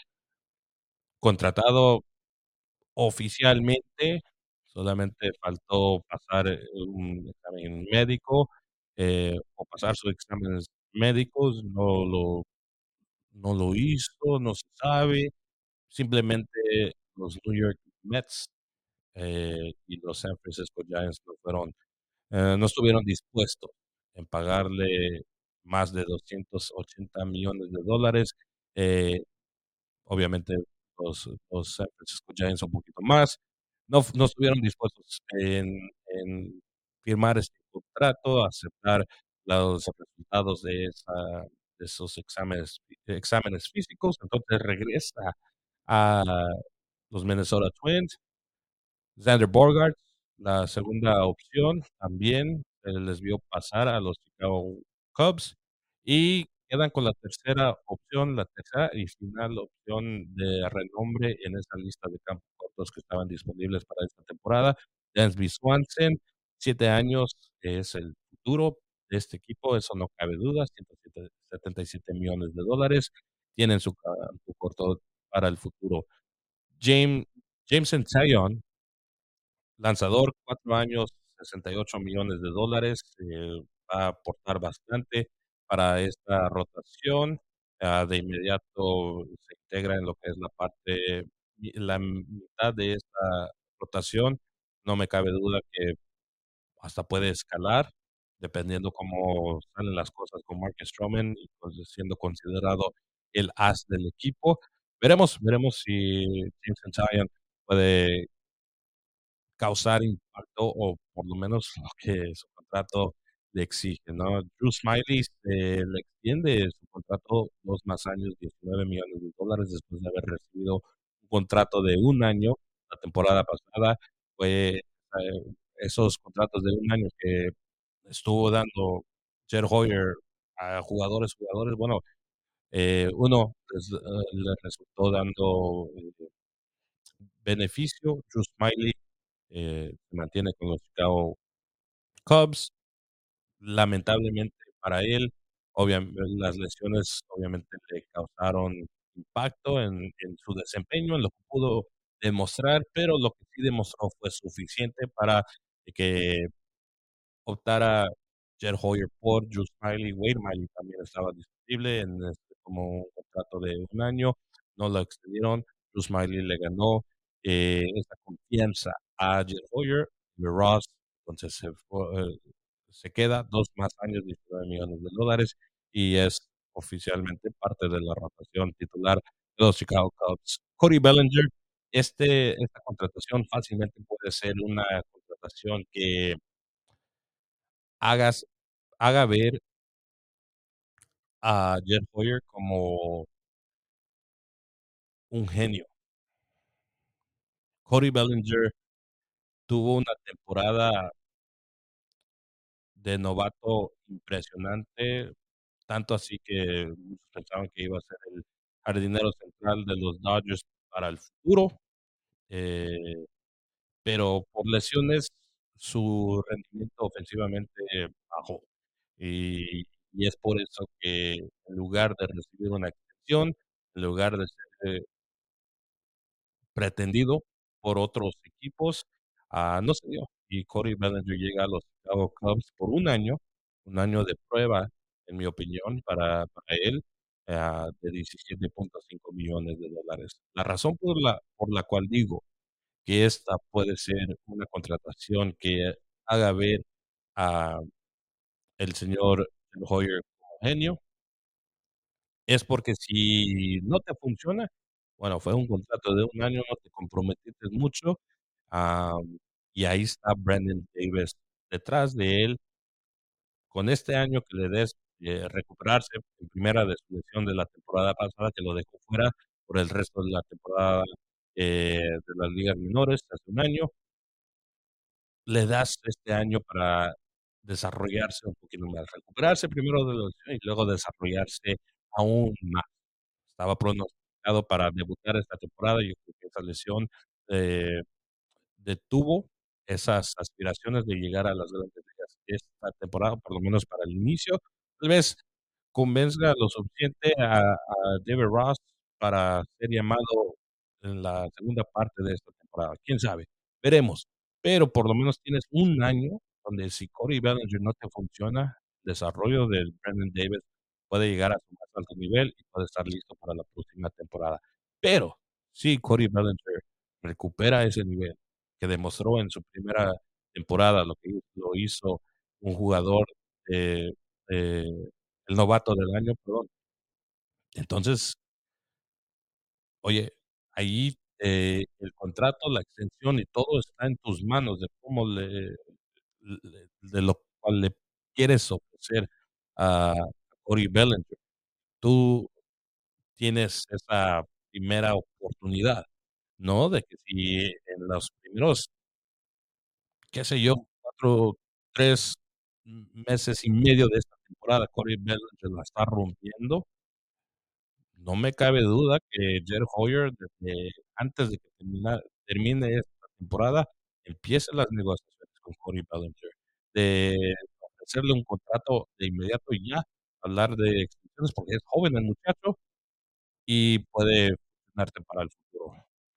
contratado oficialmente, solamente faltó pasar, eh, un examen médico, eh, o pasar sus exámenes médicos, no lo no lo hizo, no se sabe. Simplemente los New York Mets, eh, y los San Francisco Giants no fueron, eh, no estuvieron dispuestos en pagarle más de doscientos ochenta millones de dólares, eh obviamente los los San Francisco Giants un poquito más. No f no estuvieron dispuestos en en firmar este contrato, aceptar los resultados de esa de esos exámenes exámenes físicos. Entonces regresa a los Minnesota Twins. Xander Bogaerts, la segunda opción, también se les vio pasar a los Chicago Cubs, y quedan con la tercera opción, la tercera y final opción de renombre en esa lista de campos cortos que estaban disponibles para esta temporada. Dansby Swanson, siete años, es el futuro de este equipo, eso no cabe duda, ciento setenta y siete millones de dólares, tienen su campo corto para el futuro. Jame Jameson Taillon, lanzador, cuatro años, sesenta y ocho millones de dólares, eh, va a aportar bastante para esta rotación. Ah, de inmediato se integra en lo que es la parte mi la mitad de esta rotación. No me cabe duda que hasta puede escalar, dependiendo cómo salen las cosas con Marcus Stroman y, pues, siendo considerado el as del equipo. Veremos, veremos si Jameson Taillon puede causar impacto o por lo menos lo que su contrato le exige, ¿no? Drew Smyly se le extiende su contrato dos más años, diecinueve millones de dólares después de haber recibido un contrato de un año la temporada pasada. Fue, eh, esos contratos de un año que estuvo dando Jed Hoyer a jugadores, jugadores, bueno, eh, uno les, eh, le resultó dando, eh, beneficio. Drew Smyly eh, se mantiene con los Chicago Cubs. Lamentablemente para él, obviam las lesiones obviamente le causaron impacto en en su desempeño, en lo que pudo demostrar, pero lo que sí demostró fue suficiente para que optara Jed Hoyer por Drew Smyly. Wade Miley también estaba disponible en, este, como un contrato de un año, no lo extendieron. Drew Smyly le ganó, eh, esa confianza a Jed Hoyer, y Ross, entonces se fue, eh, se queda dos más años, diecinueve millones de dólares, y es oficialmente parte de la rotación titular de los Chicago Cubs Cody Bellinger, este, esta contratación fácilmente puede ser una contratación que hagas, haga ver a Jeff Hoyer como un genio. Cody Bellinger tuvo una temporada de novato impresionante, tanto así que muchos pensaban que iba a ser el jardinero central de los Dodgers para el futuro, eh, pero por lesiones su rendimiento ofensivamente bajó. Y, y es por eso que en lugar de recibir una extensión, en lugar de ser eh, pretendido por otros equipos, ah, no se dio. Y Cody Bellinger llega a los Chicago Cubs por un año, un año de prueba, en mi opinión, para, para él, ah, de diecisiete punto cinco millones de dólares. La razón por la, por la cual digo que esta puede ser una contratación que haga ver a el señor Hoyer como genio, es porque si no te funciona, bueno, fue un contrato de un año, no te comprometiste mucho, am, y ahí está Brandon Davis detrás de él, con este año que le des, eh, recuperarse en primera de su lesión de la temporada pasada, que lo dejó fuera por el resto de la temporada, eh, de las ligas menores hace un año, le das este año para desarrollarse un poquito más, recuperarse primero de la lesión y luego desarrollarse aún más. Estaba pronosticado para debutar esta temporada, yo creo que esa lesión, eh, detuvo esas aspiraciones de llegar a las grandes ligas esta temporada, por lo menos para el inicio. Tal vez convenzca lo suficiente a a David Ross para ser llamado en la segunda parte de esta temporada, quién sabe, veremos. Pero por lo menos tienes un año donde si Cody Bellinger no te funciona, el desarrollo del Brandon Davis puede llegar a su más alto nivel y puede estar listo para la próxima temporada. Pero si Cody Bellinger recupera ese nivel que demostró en su primera temporada, lo que lo hizo un jugador, eh, eh, el novato del año, perdón. Entonces, oye, ahí, eh, el contrato, la extensión y todo está en tus manos de cómo le le de lo cual le quieres ofrecer a Cody Bellinger. Tú tienes esa primera oportunidad, ¿no? De que si en los primeros, qué sé yo, cuatro, tres meses y medio de esta temporada, Cody Bellinger la está rompiendo, no me cabe duda que Jed Hoyer, desde antes de que termina termine esta temporada, empiece las negociaciones con Cody Bellinger, de ofrecerle un contrato de inmediato y ya hablar de extensiones, porque es joven el muchacho y puede funcionarte para el futuro.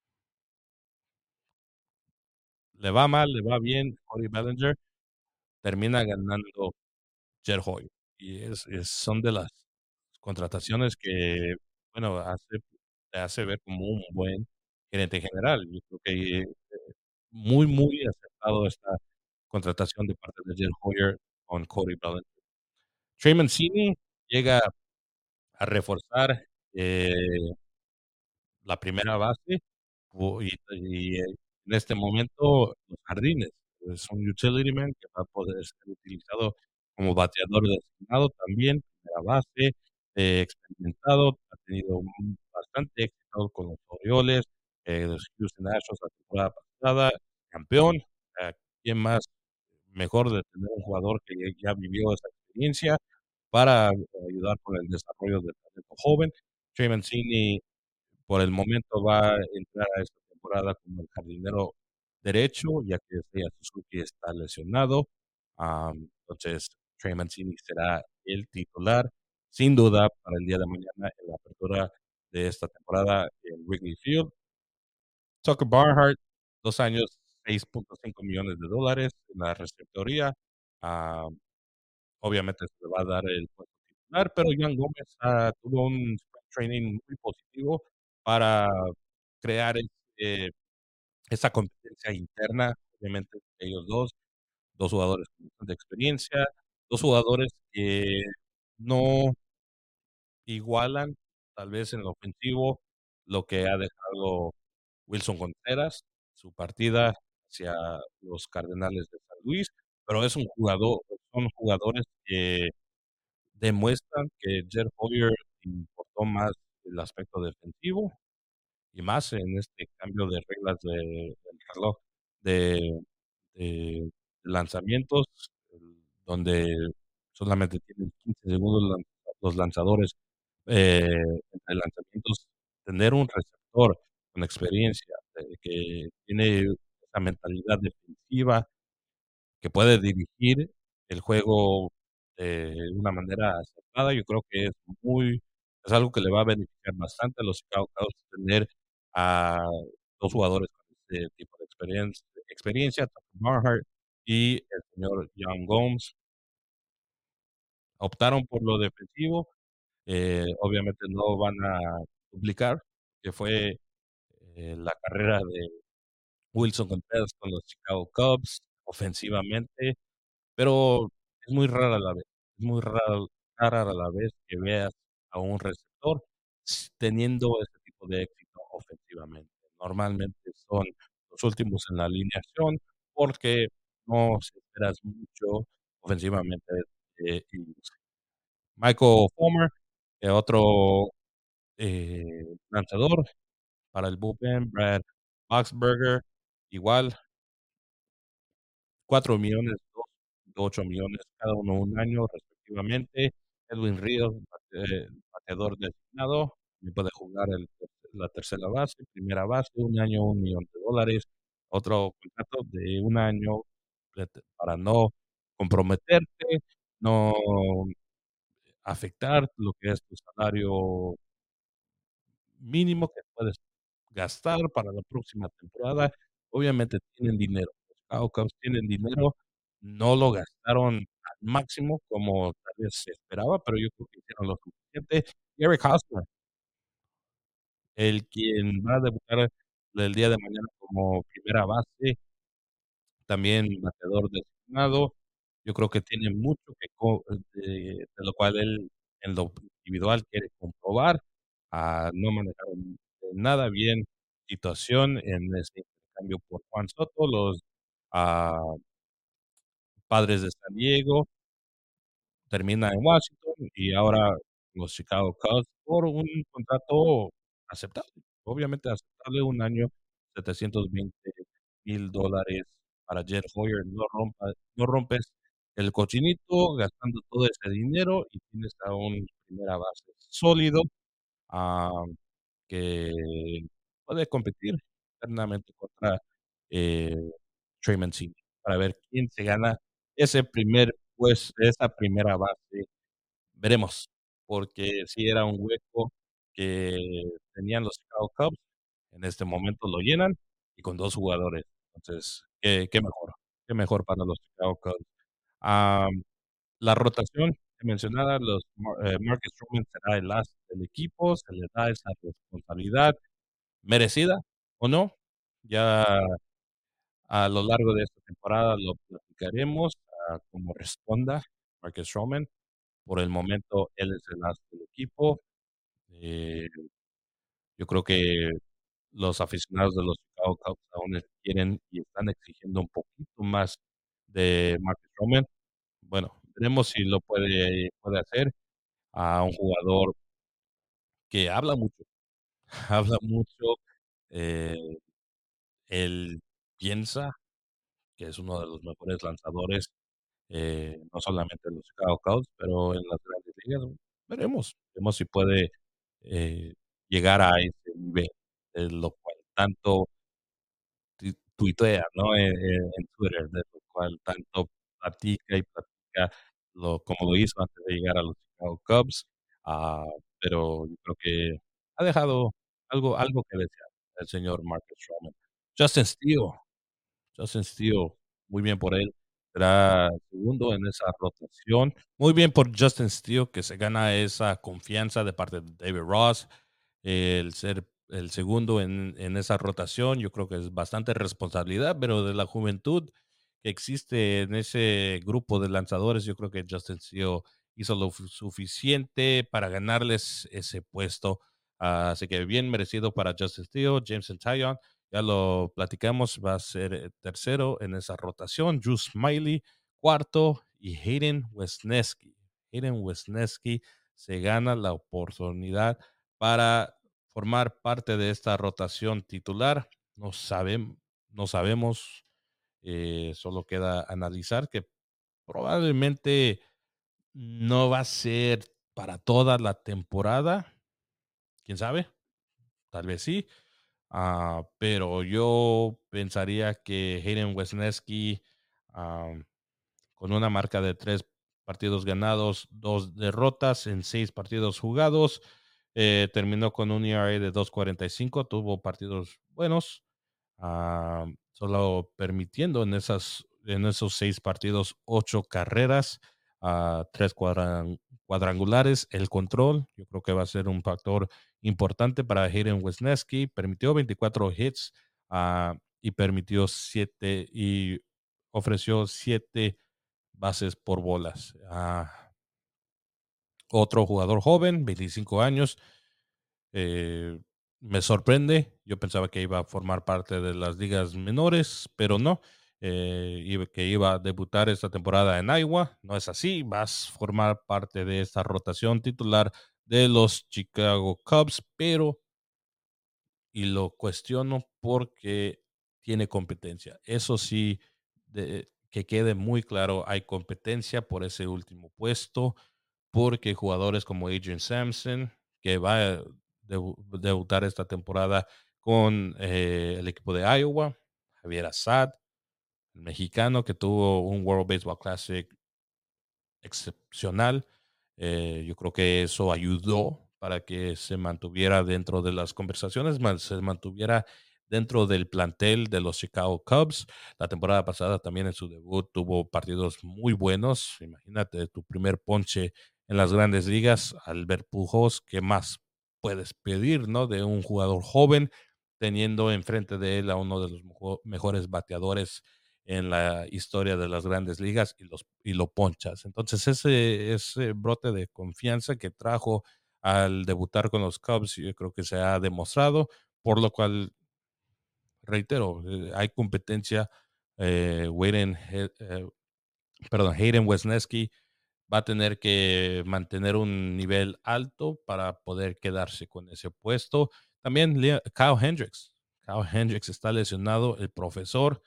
Le va mal, le va bien, Cody Bellinger termina ganando Jed Hoyer, y es es son de las contrataciones que, bueno, hace te hace ver como un buen gerente general. Yo creo que, eh, muy, muy acertado esta contratación de parte de Jed Hoyer con Cody Bellinger. Trey Mancini llega a reforzar, eh, la primera base, o y y eh, en este momento los jardines. Es un utility man que va a poder ser utilizado como bateador designado también, primera base, eh, experimentado, ha tenido un bastante éxito con los Orioles, eh, los Houston Astros la temporada pasada, campeón, ah, ¿quién más mejor de tener un jugador que ya ya vivió esa experiencia para ayudar con el desarrollo del talento joven? Trey Mancini por el momento va a entrar a esta temporada como el jardinero derecho, ya que Seiya Suzuki está lesionado. Am, entonces, Trey Mancini será el titular, sin duda, para el día de mañana en la apertura de esta temporada en Wrigley Field. Tucker Barnhart, dos años, seis punto cinco millones de dólares en la receptoría. Am, obviamente se le va a dar el puesto titular, pero Ian Gómez ah, tuvo un spring training muy positivo para crear, eh, esa competencia interna, obviamente, entre ellos dos, dos jugadores con bastante experiencia, dos jugadores que no igualan, tal vez en lo ofensivo, lo que ha dejado Wilson Contreras, su partida hacia los Cardenales de San Luis, pero es un jugador, son jugadores que demuestran que Jeff Hoyer importó más el aspecto defensivo y más en este cambio de reglas de, del reloj de, de lanzamientos, donde solamente tienen quince segundos lan- los lanzadores eh, entre lanzamientos. Tener un receptor con experiencia, eh, que tiene esa mentalidad defensiva, que puede dirigir el juego de una manera acertada. Yo creo que es muy es algo que le va a beneficiar bastante a los Chicago Cubs tener a dos jugadores con este tipo de experiencia, experiencia Tucker Barnhart y el señor John Gomes. Optaron por lo defensivo, eh, obviamente no van a duplicar, que fue eh, la carrera de Wilson Contreras con los Chicago Cubs ofensivamente. Pero es muy rara la vez, es muy rara rara la vez que veas a un receptor s teniendo ese tipo de éxito ofensivamente. Normalmente son los últimos en la alineación, porque no se esperas mucho ofensivamente de ellos. Michael Fulmer, eh, otro, eh, lanzador para el bullpen, Brad Boxberger, igual cuatro millones, dos ocho millones cada uno un año respectivamente. Edwin Ríos, bate bateador designado, también puede jugar el la tercera base, primera base, un año, un millón de dólares. Otro contrato de un año, pret para no comprometerte, no afectar lo que es tu salario mínimo que puedes gastar para la próxima temporada. Obviamente tienen dinero, los Chicago Cubs tienen dinero, no lo gastaron al máximo como tal vez se esperaba, pero yo creo que hicieron lo suficiente. Y Eric Hosmer, el quien va a debutar el día de mañana como primera base, también bateador designado. Yo creo que tiene mucho que co de de lo cual él en lo individual quiere comprobar. Ah, no manejaron nada bien situación en ese intercambio por Juan Soto, los, ah, Padres de San Diego, termina en Washington y ahora los Chicago Cubs por un contrato aceptable, obviamente aceptable, un año, setecientos veinte mil dólares para Jed Hoyer. No rompa no rompes el cochinito gastando todo ese dinero y tienes a un primera base sólido, ah, que puede competir eternamente contra, eh, Trey Mancini, para ver quién se gana ese primer, pues, esa primera base. Veremos, porque si era un hueco que tenían los Chicago Cubs, en este momento lo llenan y con dos jugadores. Entonces, qué qué mejor, qué mejor para los Chicago Cubs. Am, la rotación que mencionaba, los Mar eh, Marcus Stroman será el as del equipo, se le da esa responsabilidad merecida o no, ya a lo largo de esta temporada lo platicaremos, ah, como responda Marcus Stroman. Por el momento, él es el as del equipo. Eh, yo creo que los aficionados de los Chicago Cubs aún quieren y están exigiendo un poquito más de Marcus Stroman. Bueno, veremos si lo puede puede hacer a un jugador que habla mucho, habla mucho, eh, él piensa que es uno de los mejores lanzadores, eh, no solamente en los Chicago Cubs, pero en las grandes ligas. Veremos, veremos si puede, eh, llegar a ese nivel, de lo cual tanto tui tuitea, ¿no? En en en Twitter, de lo cual tanto platica y platica lo como lo hizo antes de llegar a los Chicago Cubs, ah, pero yo creo que ha dejado algo algo que desear el señor Marcus Stroman. Justin Steele, Justin Steele, muy bien por él, será segundo en esa rotación. Muy bien por Justin Steele, que se gana esa confianza de parte de David Ross, el ser el segundo en, en esa rotación. Yo creo que es bastante responsabilidad, pero de la juventud que existe en ese grupo de lanzadores, yo creo que Justin Steele hizo lo fu- suficiente para ganarles ese puesto Uh, así que bien merecido para Justin Steele, Jameson Taillon. Ya lo platicamos, va a ser eh, tercero en esa rotación. Drew Smiley, cuarto, y Hayden Wesneski. Hayden Wesneski se gana la oportunidad para formar parte de esta rotación titular. No, sabem, no sabemos, eh, solo queda analizar que probablemente no va a ser para toda la temporada. ¿Quién sabe? Tal vez sí. Uh, pero yo pensaría que Hayden Wesneski, um, con una marca de tres partidos ganados, dos derrotas en seis partidos jugados, eh, terminó con un E R A de dos cuarenta y cinco, tuvo partidos buenos, uh, solo permitiendo en, esas, en esos seis partidos ocho carreras, uh, tres cuadran, cuadrangulares, el control, yo creo que va a ser un factor importante para Hayden Wesneski. Permitió veinticuatro hits, uh, y permitió siete y ofreció siete bases por bolas. Uh, otro jugador joven, veinticinco años, eh, me sorprende. Yo pensaba que iba a formar parte de las ligas menores, pero no. Eh, que iba a debutar esta temporada en Iowa. No es así. Vas a formar parte de esta rotación titular de los Chicago Cubs, pero, y lo cuestiono porque tiene competencia. Eso sí, de, que quede muy claro, hay competencia por ese último puesto, porque jugadores como Adrian Sampson, que va a debu debutar esta temporada con eh, el equipo de Iowa, Javier Assad, el mexicano que tuvo un World Baseball Classic excepcional. Eh, yo creo que eso ayudó para que se mantuviera dentro de las conversaciones, se mantuviera dentro del plantel de los Chicago Cubs. La temporada pasada también en su debut tuvo partidos muy buenos. Imagínate tu primer ponche en las grandes ligas, Albert Pujols. ¿Qué más puedes pedir, no, de un jugador joven, teniendo enfrente de él a uno de los mejores bateadores en la historia de las grandes ligas, y, los, y lo ponchas? Entonces ese, ese brote de confianza que trajo al debutar con los Cubs, yo creo que se ha demostrado, por lo cual, reitero, eh, hay competencia. eh, Hayden, eh, eh, perdón, Hayden Wesneski va a tener que mantener un nivel alto para poder quedarse con ese puesto. También Kyle Hendricks. Kyle Hendricks está lesionado. El profesor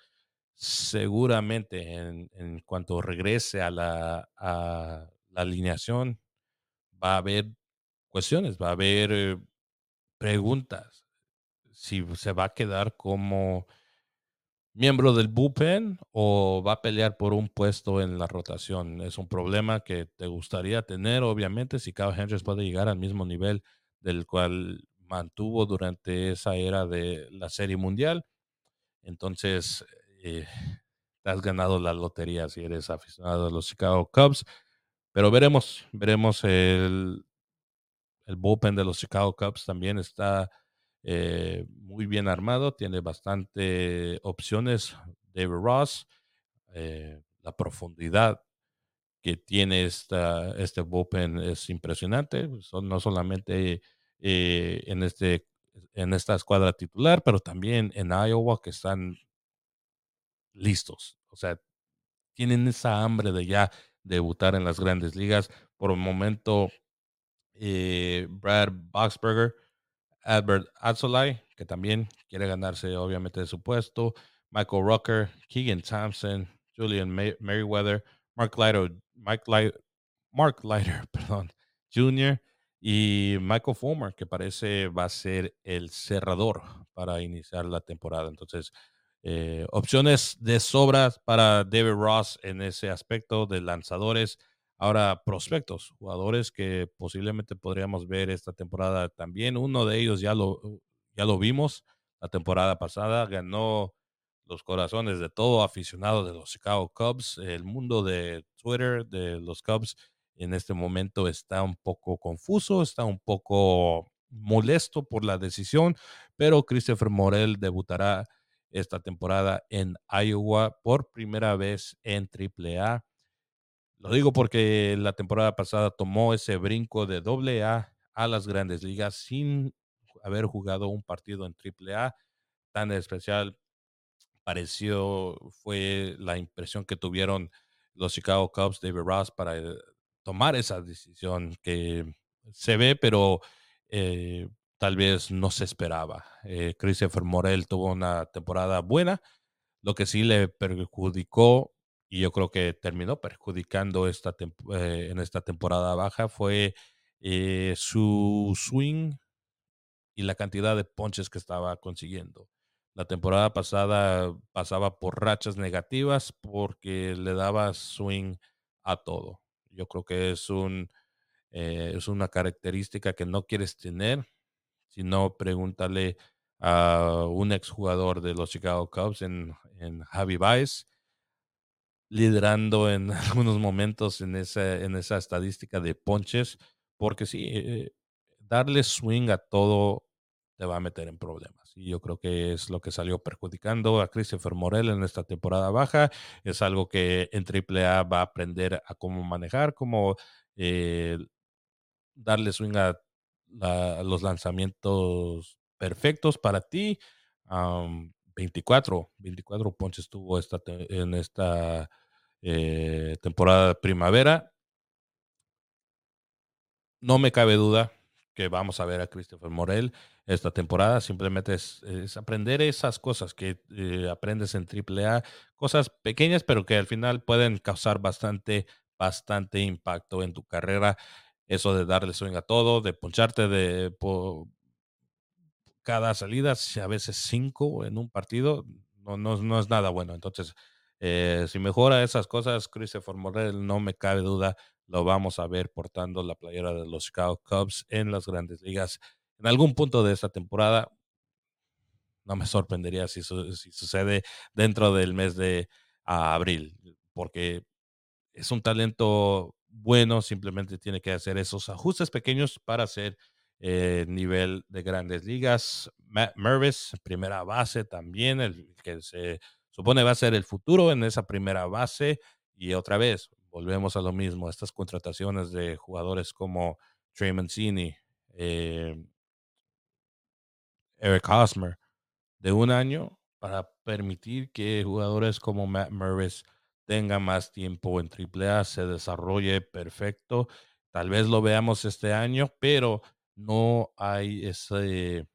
seguramente en, en cuanto regrese a la, a la alineación va a haber cuestiones, va a haber eh, preguntas. Si se va a quedar como miembro del bullpen o va a pelear por un puesto en la rotación. Es un problema que te gustaría tener, obviamente, si Kyle Hendricks puede llegar al mismo nivel del cual mantuvo durante esa era de la Serie Mundial. Entonces, eh, te has ganado la lotería si eres aficionado a los Chicago Cubs. Pero veremos, veremos el, el bullpen de los Chicago Cubs también está eh, muy bien armado, tiene bastante opciones. David Ross, eh, la profundidad que tiene esta, este bullpen es impresionante. Son no solamente eh, en, este, en esta escuadra titular, pero también en Iowa, que están listos. O sea, tienen esa hambre de ya debutar en las grandes ligas. Por el momento, eh, Brad Boxberger, Albert Alzolay, que también quiere ganarse obviamente su puesto, Michael Rucker, Keegan Thompson, Julian May Merriweather, Mark Leiter, Mike Leiter, Mark Leiter, perdón, junior, y Michael Fulmer, que parece va a ser el cerrador para iniciar la temporada. Entonces, eh, opciones de sobra para David Ross en ese aspecto de lanzadores. Ahora, prospectos, jugadores que posiblemente podríamos ver esta temporada también. Uno de ellos ya lo, ya lo vimos la temporada pasada, ganó los corazones de todo aficionado de los Chicago Cubs. El mundo de Twitter de los Cubs en este momento está un poco confuso, está un poco molesto por la decisión, pero Christopher Morel debutará esta temporada en Iowa por primera vez en triple A. Lo digo porque la temporada pasada tomó ese brinco de doble A a las grandes ligas sin haber jugado un partido en Triple A tan especial. Pareció, fue la impresión que tuvieron los Chicago Cubs, David Ross, para eh, tomar esa decisión que se ve, pero eh, tal vez no se esperaba. Eh, Christopher Morel tuvo una temporada buena, lo que sí le perjudicó, y yo creo que terminó perjudicando esta temp- eh, en esta temporada baja, fue eh, su swing y la cantidad de ponches que estaba consiguiendo. La temporada pasada pasaba por rachas negativas porque le daba swing a todo. Yo creo que es un eh, es una característica que no quieres tener. Si no, pregúntale a un exjugador de los Chicago Cubs en, en Javi Baez, liderando en algunos momentos en esa, en esa estadística de ponches, porque sí, eh, darle swing a todo te va a meter en problemas. Y yo creo que es lo que salió perjudicando a Christopher Morel en esta temporada baja. Es algo que en Triple A va a aprender a cómo manejar, cómo eh, darle swing a, la- a los lanzamientos perfectos para ti. Um, veinticuatro, veinticuatro ponches tuvo esta te- en esta eh, temporada de primavera. No me cabe duda que vamos a ver a Christopher Morel esta temporada. Simplemente es, es aprender esas cosas que eh, aprendes en Triple A, cosas pequeñas, pero que al final pueden causar bastante, bastante impacto en tu carrera. Eso de darle swing a todo, de poncharte de po- cada salida, si a veces cinco en un partido, no, no, no es nada bueno. Entonces, eh, si mejora esas cosas, Christopher Morel, no me cabe duda, lo vamos a ver portando la playera de los Chicago Cubs en las grandes ligas en algún punto de esta temporada. No me sorprendería si, su- si sucede dentro del mes de ah, abril, porque es un talento bueno, simplemente tiene que hacer esos ajustes pequeños para ser eh, nivel de grandes ligas. Matt Mervis, primera base también, el que se supone va a ser el futuro en esa primera base. Y otra vez, volvemos a lo mismo, estas contrataciones de jugadores como Trey Mancini, eh, Eric Hosmer, de un año para permitir que jugadores como Matt Mervis tengan más tiempo en Triple A, se desarrolle perfecto. Tal vez lo veamos este año, pero no hay ese,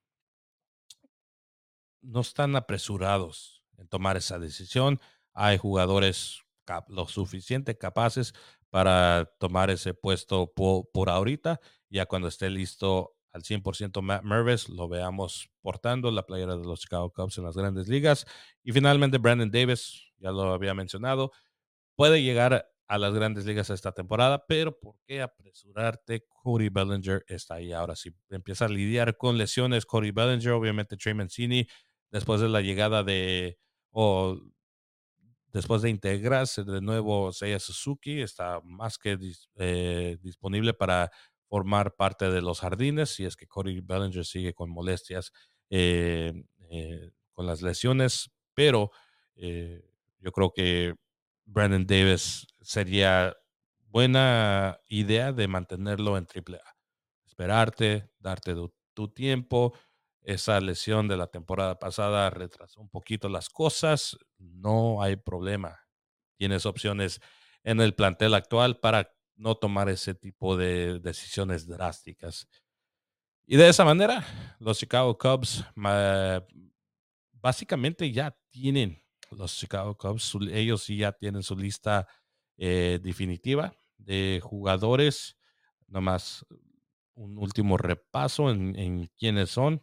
no están apresurados en tomar esa decisión. Hay jugadores cap- lo suficiente capaces para tomar ese puesto po- por ahorita. Ya cuando esté listo al cien por ciento Matt Mervis, lo veamos portando la playera de los Chicago Cubs en las grandes ligas. Y finalmente Brandon Davis, ya lo había mencionado, puede llegar a las grandes ligas esta temporada, pero ¿por qué apresurarte? Cody Bellinger está ahí ahora sí. Empieza a lidiar con lesiones. Cody Bellinger, obviamente Trey Mancini, después de la llegada de, o después de integrarse de nuevo Seiya Suzuki, está más que dis- eh, disponible para formar parte de los jardines, si es que Cody Bellinger sigue con molestias, eh, eh, con las lesiones, pero eh, yo creo que Brandon Davis sería buena idea de mantenerlo en Triple A. Esperarte, darte tu, tu tiempo. Esa lesión de la temporada pasada retrasó un poquito las cosas. No hay problema. Tienes opciones en el plantel actual para no tomar ese tipo de decisiones drásticas. Y de esa manera, los Chicago Cubs ma- básicamente ya tienen, los Chicago Cubs, su- ellos sí ya tienen su lista eh, definitiva de jugadores. Nomás un último repaso en, en quiénes son.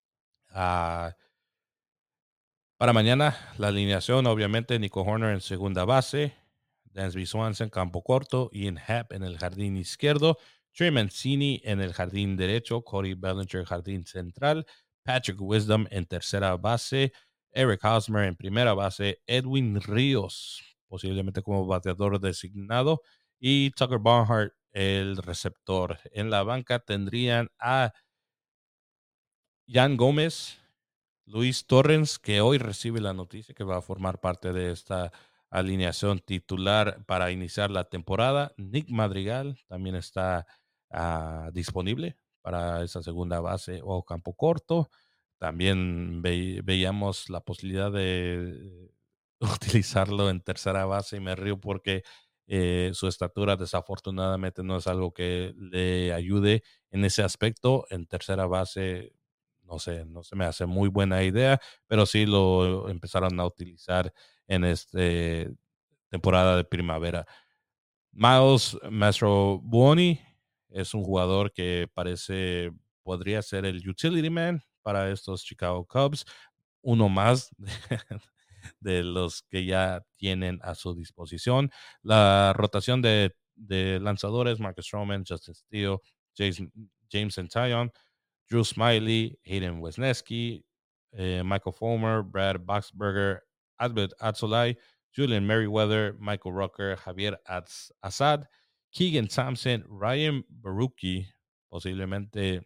Ah, para mañana, la alineación, obviamente, Nico Horner en segunda base, Dansby Swanson en campo corto, Ian Happ en el jardín izquierdo, Trey Mancini en el jardín derecho, Cody Bellinger jardín central, Patrick Wisdom en tercera base, Eric Hosmer en primera base, Edwin Ríos, posiblemente como bateador designado, y Tucker Barnhart, el receptor. En la banca tendrían a Jan Gómez, Luis Torrens, que hoy recibe la noticia que va a formar parte de esta alineación titular para iniciar la temporada. Nick Madrigal también está uh, disponible para esa segunda base o campo corto. También ve- veíamos la posibilidad de utilizarlo en tercera base y me río porque eh, su estatura desafortunadamente no es algo que le ayude en ese aspecto. En tercera base, no sé, no se me hace muy buena idea, pero sí lo empezaron a utilizar en esta temporada de primavera. Miles Mastrobuoni es un jugador que parece podría ser el utility man para estos Chicago Cubs, uno más de los que ya tienen a su disposición. La rotación de, de lanzadores: Marcus Stroman, Justin Steele, Jason, James Antyon, Drew Smiley, Hayden Wesneski, eh, Michael Fulmer, Brad Boxberger, Albert Atzolay, Julian Merriweather, Michael Rucker, Javier Az- Assad, Keegan Thompson, Ryan Baruki, posiblemente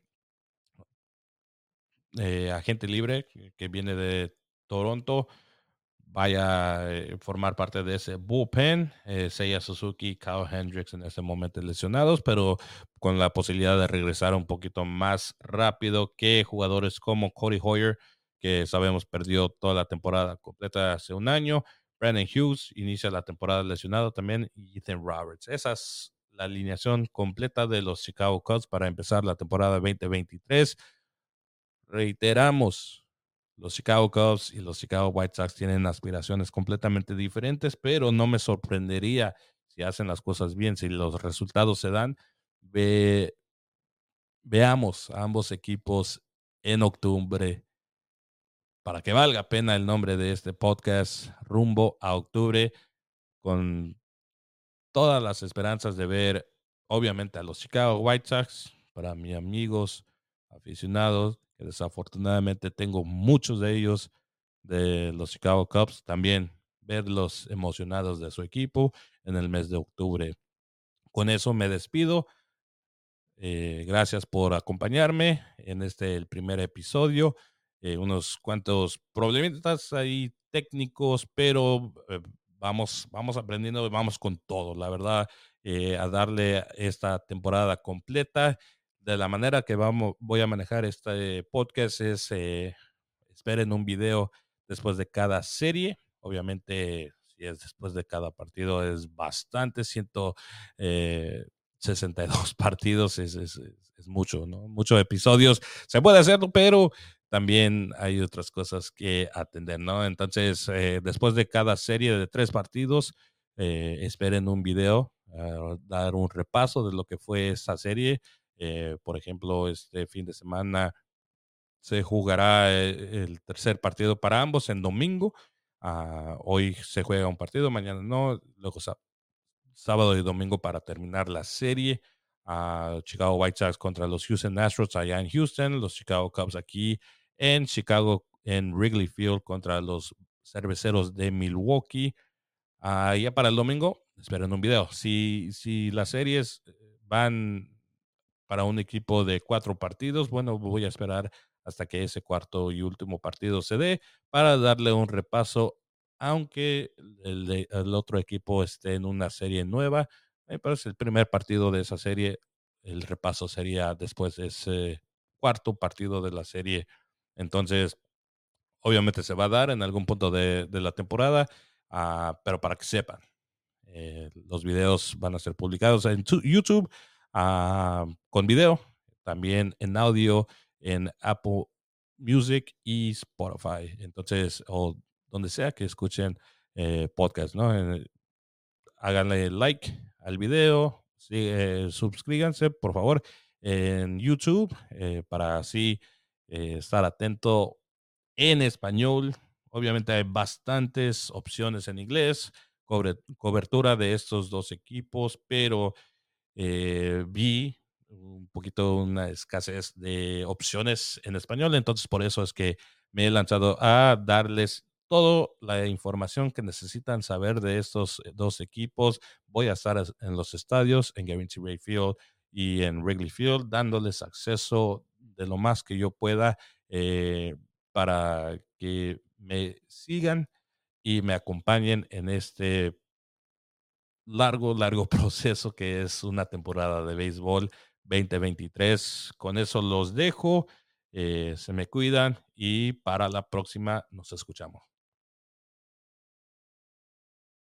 eh, agente libre que, que viene de Toronto, vaya a eh, formar parte de ese bullpen. Eh, Seiya Suzuki, Kyle Hendricks en este momento lesionados, pero con la posibilidad de regresar un poquito más rápido que jugadores como Cody Hoyer, que sabemos perdió toda la temporada completa hace un año. Brandon Hughes inicia la temporada lesionado también, y Ethan Roberts. Esa es la alineación completa de los Chicago Cubs para empezar la temporada veinte veintitrés. Reiteramos, los Chicago Cubs y los Chicago White Sox tienen aspiraciones completamente diferentes, pero no me sorprendería si hacen las cosas bien, si los resultados se dan. Ve, veamos a ambos equipos en octubre para que valga pena el nombre de este podcast, rumbo a octubre, con todas las esperanzas de ver, obviamente, a los Chicago White Sox. Para mis amigos aficionados, que desafortunadamente tengo muchos de ellos de los Chicago Cubs, también verlos emocionados de su equipo en el mes de octubre. Con eso me despido. Eh, gracias por acompañarme en este el primer episodio. Eh, unos cuantos problemitas ahí técnicos, pero eh, vamos, vamos aprendiendo, vamos con todo, la verdad, eh, a darle esta temporada completa. De la manera que vamos, voy a manejar este podcast es, eh, esperen un video después de cada serie. Obviamente, si es después de cada partido, es bastante. Siento eh, sesenta y dos partidos es, es, es mucho, ¿no? Muchos episodios. Se puede hacerlo, pero también hay otras cosas que atender, ¿no? Entonces, eh, después de cada serie de tres partidos, eh, esperen un video, uh, dar un repaso de lo que fue esa serie. Eh, por ejemplo, este fin de semana se jugará eh, el tercer partido para ambos en domingo. Uh, hoy se juega un partido, mañana no, luego sábado y domingo para terminar la serie. Uh, Chicago White Sox contra los Houston Astros allá en Houston, los Chicago Cubs aquí en Chicago, en Wrigley Field contra los Cerveceros de Milwaukee. Uh, ya para el domingo, esperen un video. Si, si las series van para un equipo de cuatro partidos, bueno, voy a esperar hasta que ese cuarto y último partido se dé para darle un repaso, aunque el, de- el otro equipo esté en una serie nueva. Me parece el primer partido de esa serie, el repaso sería después de ese cuarto partido de la serie. Entonces, obviamente se va a dar en algún punto de, de la temporada, uh, pero para que sepan, eh, los videos van a ser publicados en tu, YouTube uh, con video, también en audio, en Apple Music y Spotify. Entonces, o donde sea que escuchen eh, podcast, ¿no? En, háganle like al video, sí, eh, suscríbanse, por favor, en YouTube eh, para así eh, estar atento en español. Obviamente hay bastantes opciones en inglés, cobre, cobertura de estos dos equipos, pero eh, vi un poquito una escasez de opciones en español, entonces por eso es que me he lanzado a darles toda la información que necesitan saber de estos dos equipos. Voy a estar en los estadios, en Guaranteed Rate Field y en Wrigley Field, dándoles acceso de lo más que yo pueda eh, para que me sigan y me acompañen en este largo, largo proceso que es una temporada de béisbol. veinte veintitrés. Con eso los dejo. Eh, se me cuidan y para la próxima nos escuchamos.